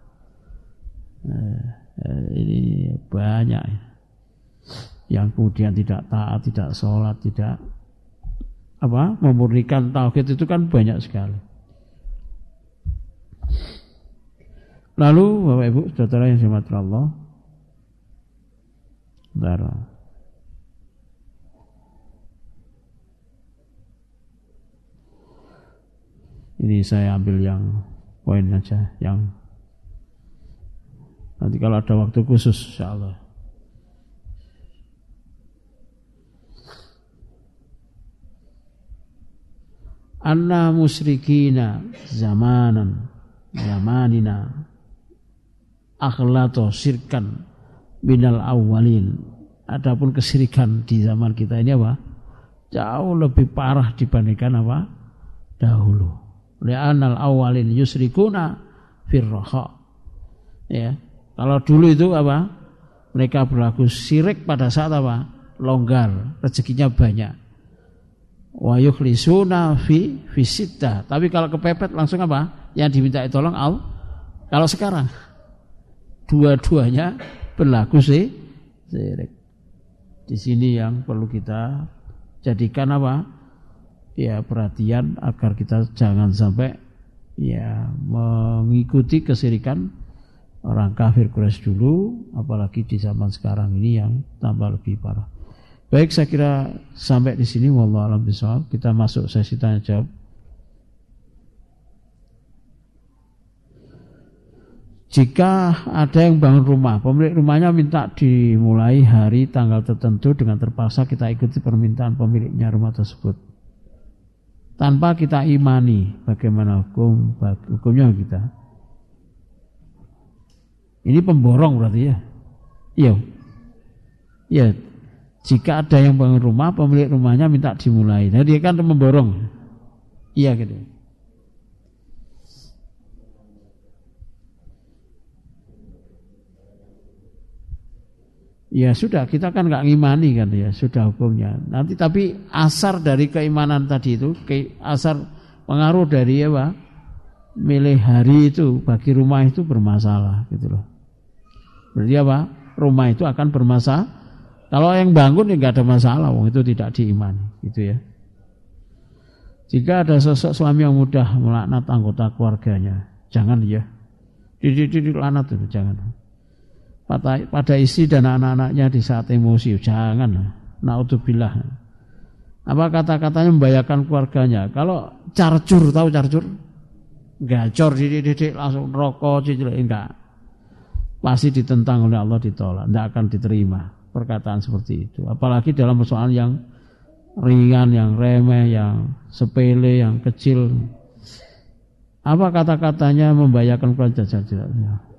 eh, ini banyak yang kemudian tidak taat, tidak sholat, tidak apa memurnikan tauhid, itu kan banyak sekali. Lalu Bapak Ibu saudara yang dirahmati Allah, bentar. Ini saya ambil yang poin aja, yang nanti kalau ada waktu khusus insyaallah. Anna musyrikina zamanan zamanina akhlato syirkan minal awwalin. Adapun kesyirikan di zaman kita ini apa? Jauh lebih parah dibandingkan apa? Dahulu. Li'anal awwalin yusrikuna firraha. Ya. Kalau dulu itu apa? Mereka berlaku syirik pada saat apa? Longgar, rezekinya banyak. Wa yukhlisuna fi fisitah. Tapi kalau kepepet langsung apa? Yang diminta tolong Allah. Kalau sekarang dua-duanya berlaku sih syirik. Di sini yang perlu kita jadikan apa? Ya perhatian agar kita jangan sampai ya mengikuti kesyirikan orang kafir Quraisy dulu, apalagi di zaman sekarang ini yang tambah lebih parah. Baik, saya kira sampai di sini wallahu a'lam bishawab. Kita masuk sesi tanya jawab. Jika ada yang bangun rumah, pemilik rumahnya minta dimulai hari tanggal tertentu, dengan terpaksa kita ikuti permintaan pemiliknya rumah tersebut tanpa kita imani, bagaimana hukum hukumnya kita? Ini pemborong berarti ya? Iya. Iya. Jika ada yang bangun rumah, pemilik rumahnya minta dimulai. Nah, dia kan memborong. Iya gitu. Ya sudah, kita kan nggak ngimani kan ya, sudah hukumnya. Nanti tapi asar dari keimanan tadi itu, ke, asar pengaruh dari apa? Milih hari itu bagi rumah itu bermasalah gitu loh. Berarti apa? Rumah itu akan bermasalah. Kalau yang bangun ya nggak ada masalah, wong itu tidak diimani, gitu ya. Jika ada sosok suami yang mudah melaknat anggota keluarganya, jangan ya. Didik-didik laknat itu jangan. Pada, pada istri dan anak-anaknya di saat emosi, jangan. Naudzubillah. Apa kata-katanya membahayakan keluarganya? Kalau carcur, tahu carcur? Gacor, didik-didik langsung rokok, cicil, enggak. Pasti ditentang oleh Allah, ditolak, tidak akan diterima perkataan seperti itu. Apalagi dalam persoalan yang ringan, yang remeh, yang sepele, yang kecil. Apa kata-katanya membahayakan keluarga? Jelas-jelasnya.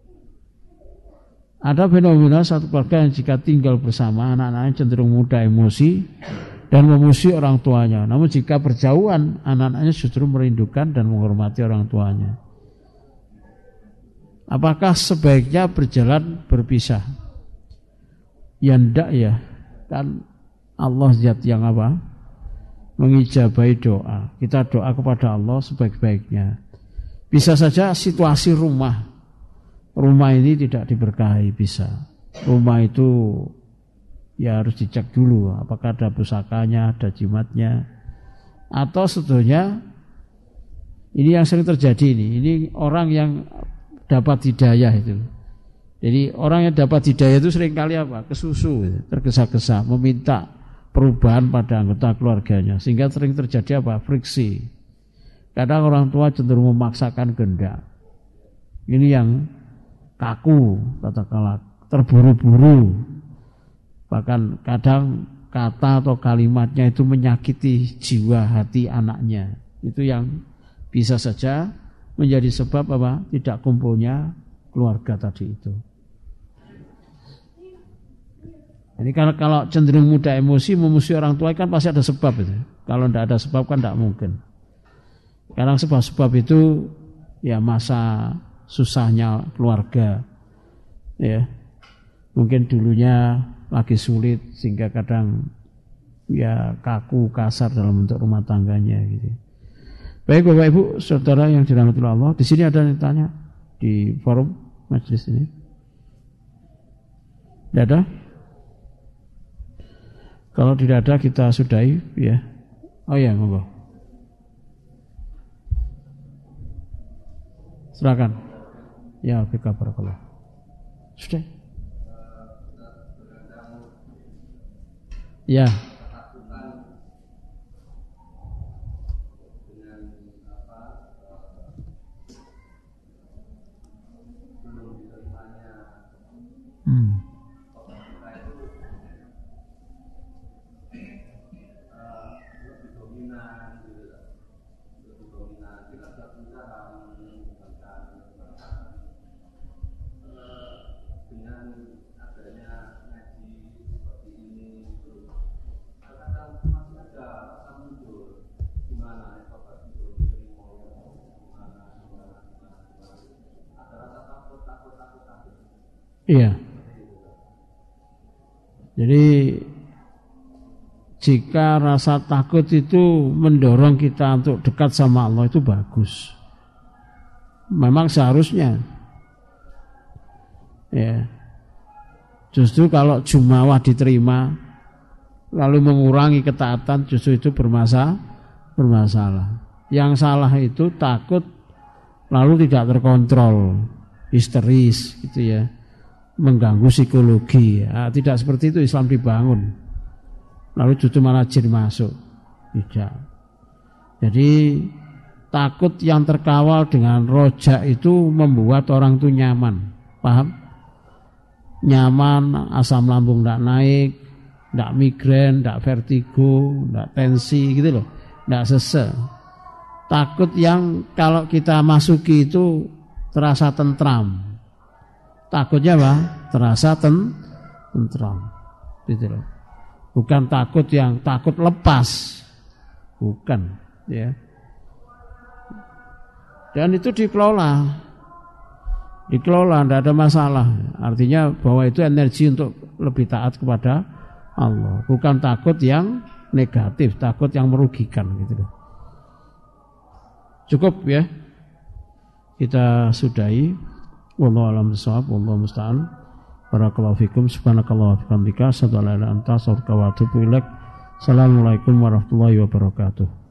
Ada fenomena satu keluarga yang jika tinggal bersama, anak-anaknya cenderung mudah emosi dan memusuhi orang tuanya. Namun jika berjauhan, anak-anaknya justru merindukan dan menghormati orang tuanya. Apakah sebaiknya berjalan berpisah? Ya ndak ya. Kan Allah zat yang apa? Mengijabahi doa. Kita doa kepada Allah sebaik-baiknya. Bisa saja situasi rumah Rumah ini tidak diberkahi, bisa. Rumah itu ya harus dicek dulu apakah ada pusakanya, ada jimatnya, atau sebetulnya ini yang sering terjadi ini. Ini orang yang dapat hidayah itu. Jadi orang yang dapat hidayah itu seringkali apa? Kesusu, tergesa-gesa meminta perubahan pada anggota keluarganya, sehingga sering terjadi apa? Friksi. Kadang orang tua cenderung memaksakan kehendak. Ini yang kaku, katakanlah terburu-buru, bahkan kadang kata atau kalimatnya itu menyakiti jiwa hati anaknya. Itu yang bisa saja menjadi sebab apa? Tidak kumpulnya keluarga tadi itu. Jadi kalau, kalau cenderung mudah emosi, memusuhi orang tua kan pasti ada sebab itu. Kalau tidak ada sebab kan tidak mungkin. Kadang sebab-sebab itu ya masa susahnya keluarga, ya mungkin dulunya lagi sulit sehingga kadang ya kaku kasar dalam bentuk rumah tangganya gitu. Baik Bapak Ibu saudara yang dirahmati Allah, di sini ada yang tanya di forum majelis ini. Tidak ada? Kalau tidak ada kita sudahi ya. Oh ya, monggo. Ya, bika barakallah. Sudah. Ya. Hmm. Iya. Jadi jika rasa takut itu mendorong kita untuk dekat sama Allah itu bagus. Memang seharusnya. Ya. Justru kalau jumawah diterima lalu mengurangi ketaatan justru itu bermasalah, bermasalah. Yang salah itu takut lalu tidak terkontrol, histeris gitu ya. Mengganggu psikologi. Nah, tidak seperti itu Islam dibangun. Lalu justru malah jin masuk. Tidak. Jadi takut yang terkawal dengan rojak itu membuat orang itu nyaman. Paham? Nyaman, asam lambung tidak naik, tidak migrain, tidak vertigo, tidak tensi gitu loh. Tidak sesek. Takut yang kalau kita masuki itu terasa tentram. Takutnya apa? Terasa ten, tentram. Gitu loh. Bukan takut yang takut lepas. Bukan, ya. Dan itu dikelola. Dikelola, tidak ada masalah. Artinya bahwa itu energi untuk lebih taat kepada Allah. Bukan takut yang negatif, takut yang merugikan gitu loh. Cukup ya. Kita sudahi. Wallahu a'lam bishawab, wallahu musta'an. Barakallahu fikum, subhanakallah wa bihamdika, asyhadu an la ilaha illa anta, astaghfiruka wa atubu ilaik. Assalamualaikum warahmatullahi wabarakatuh.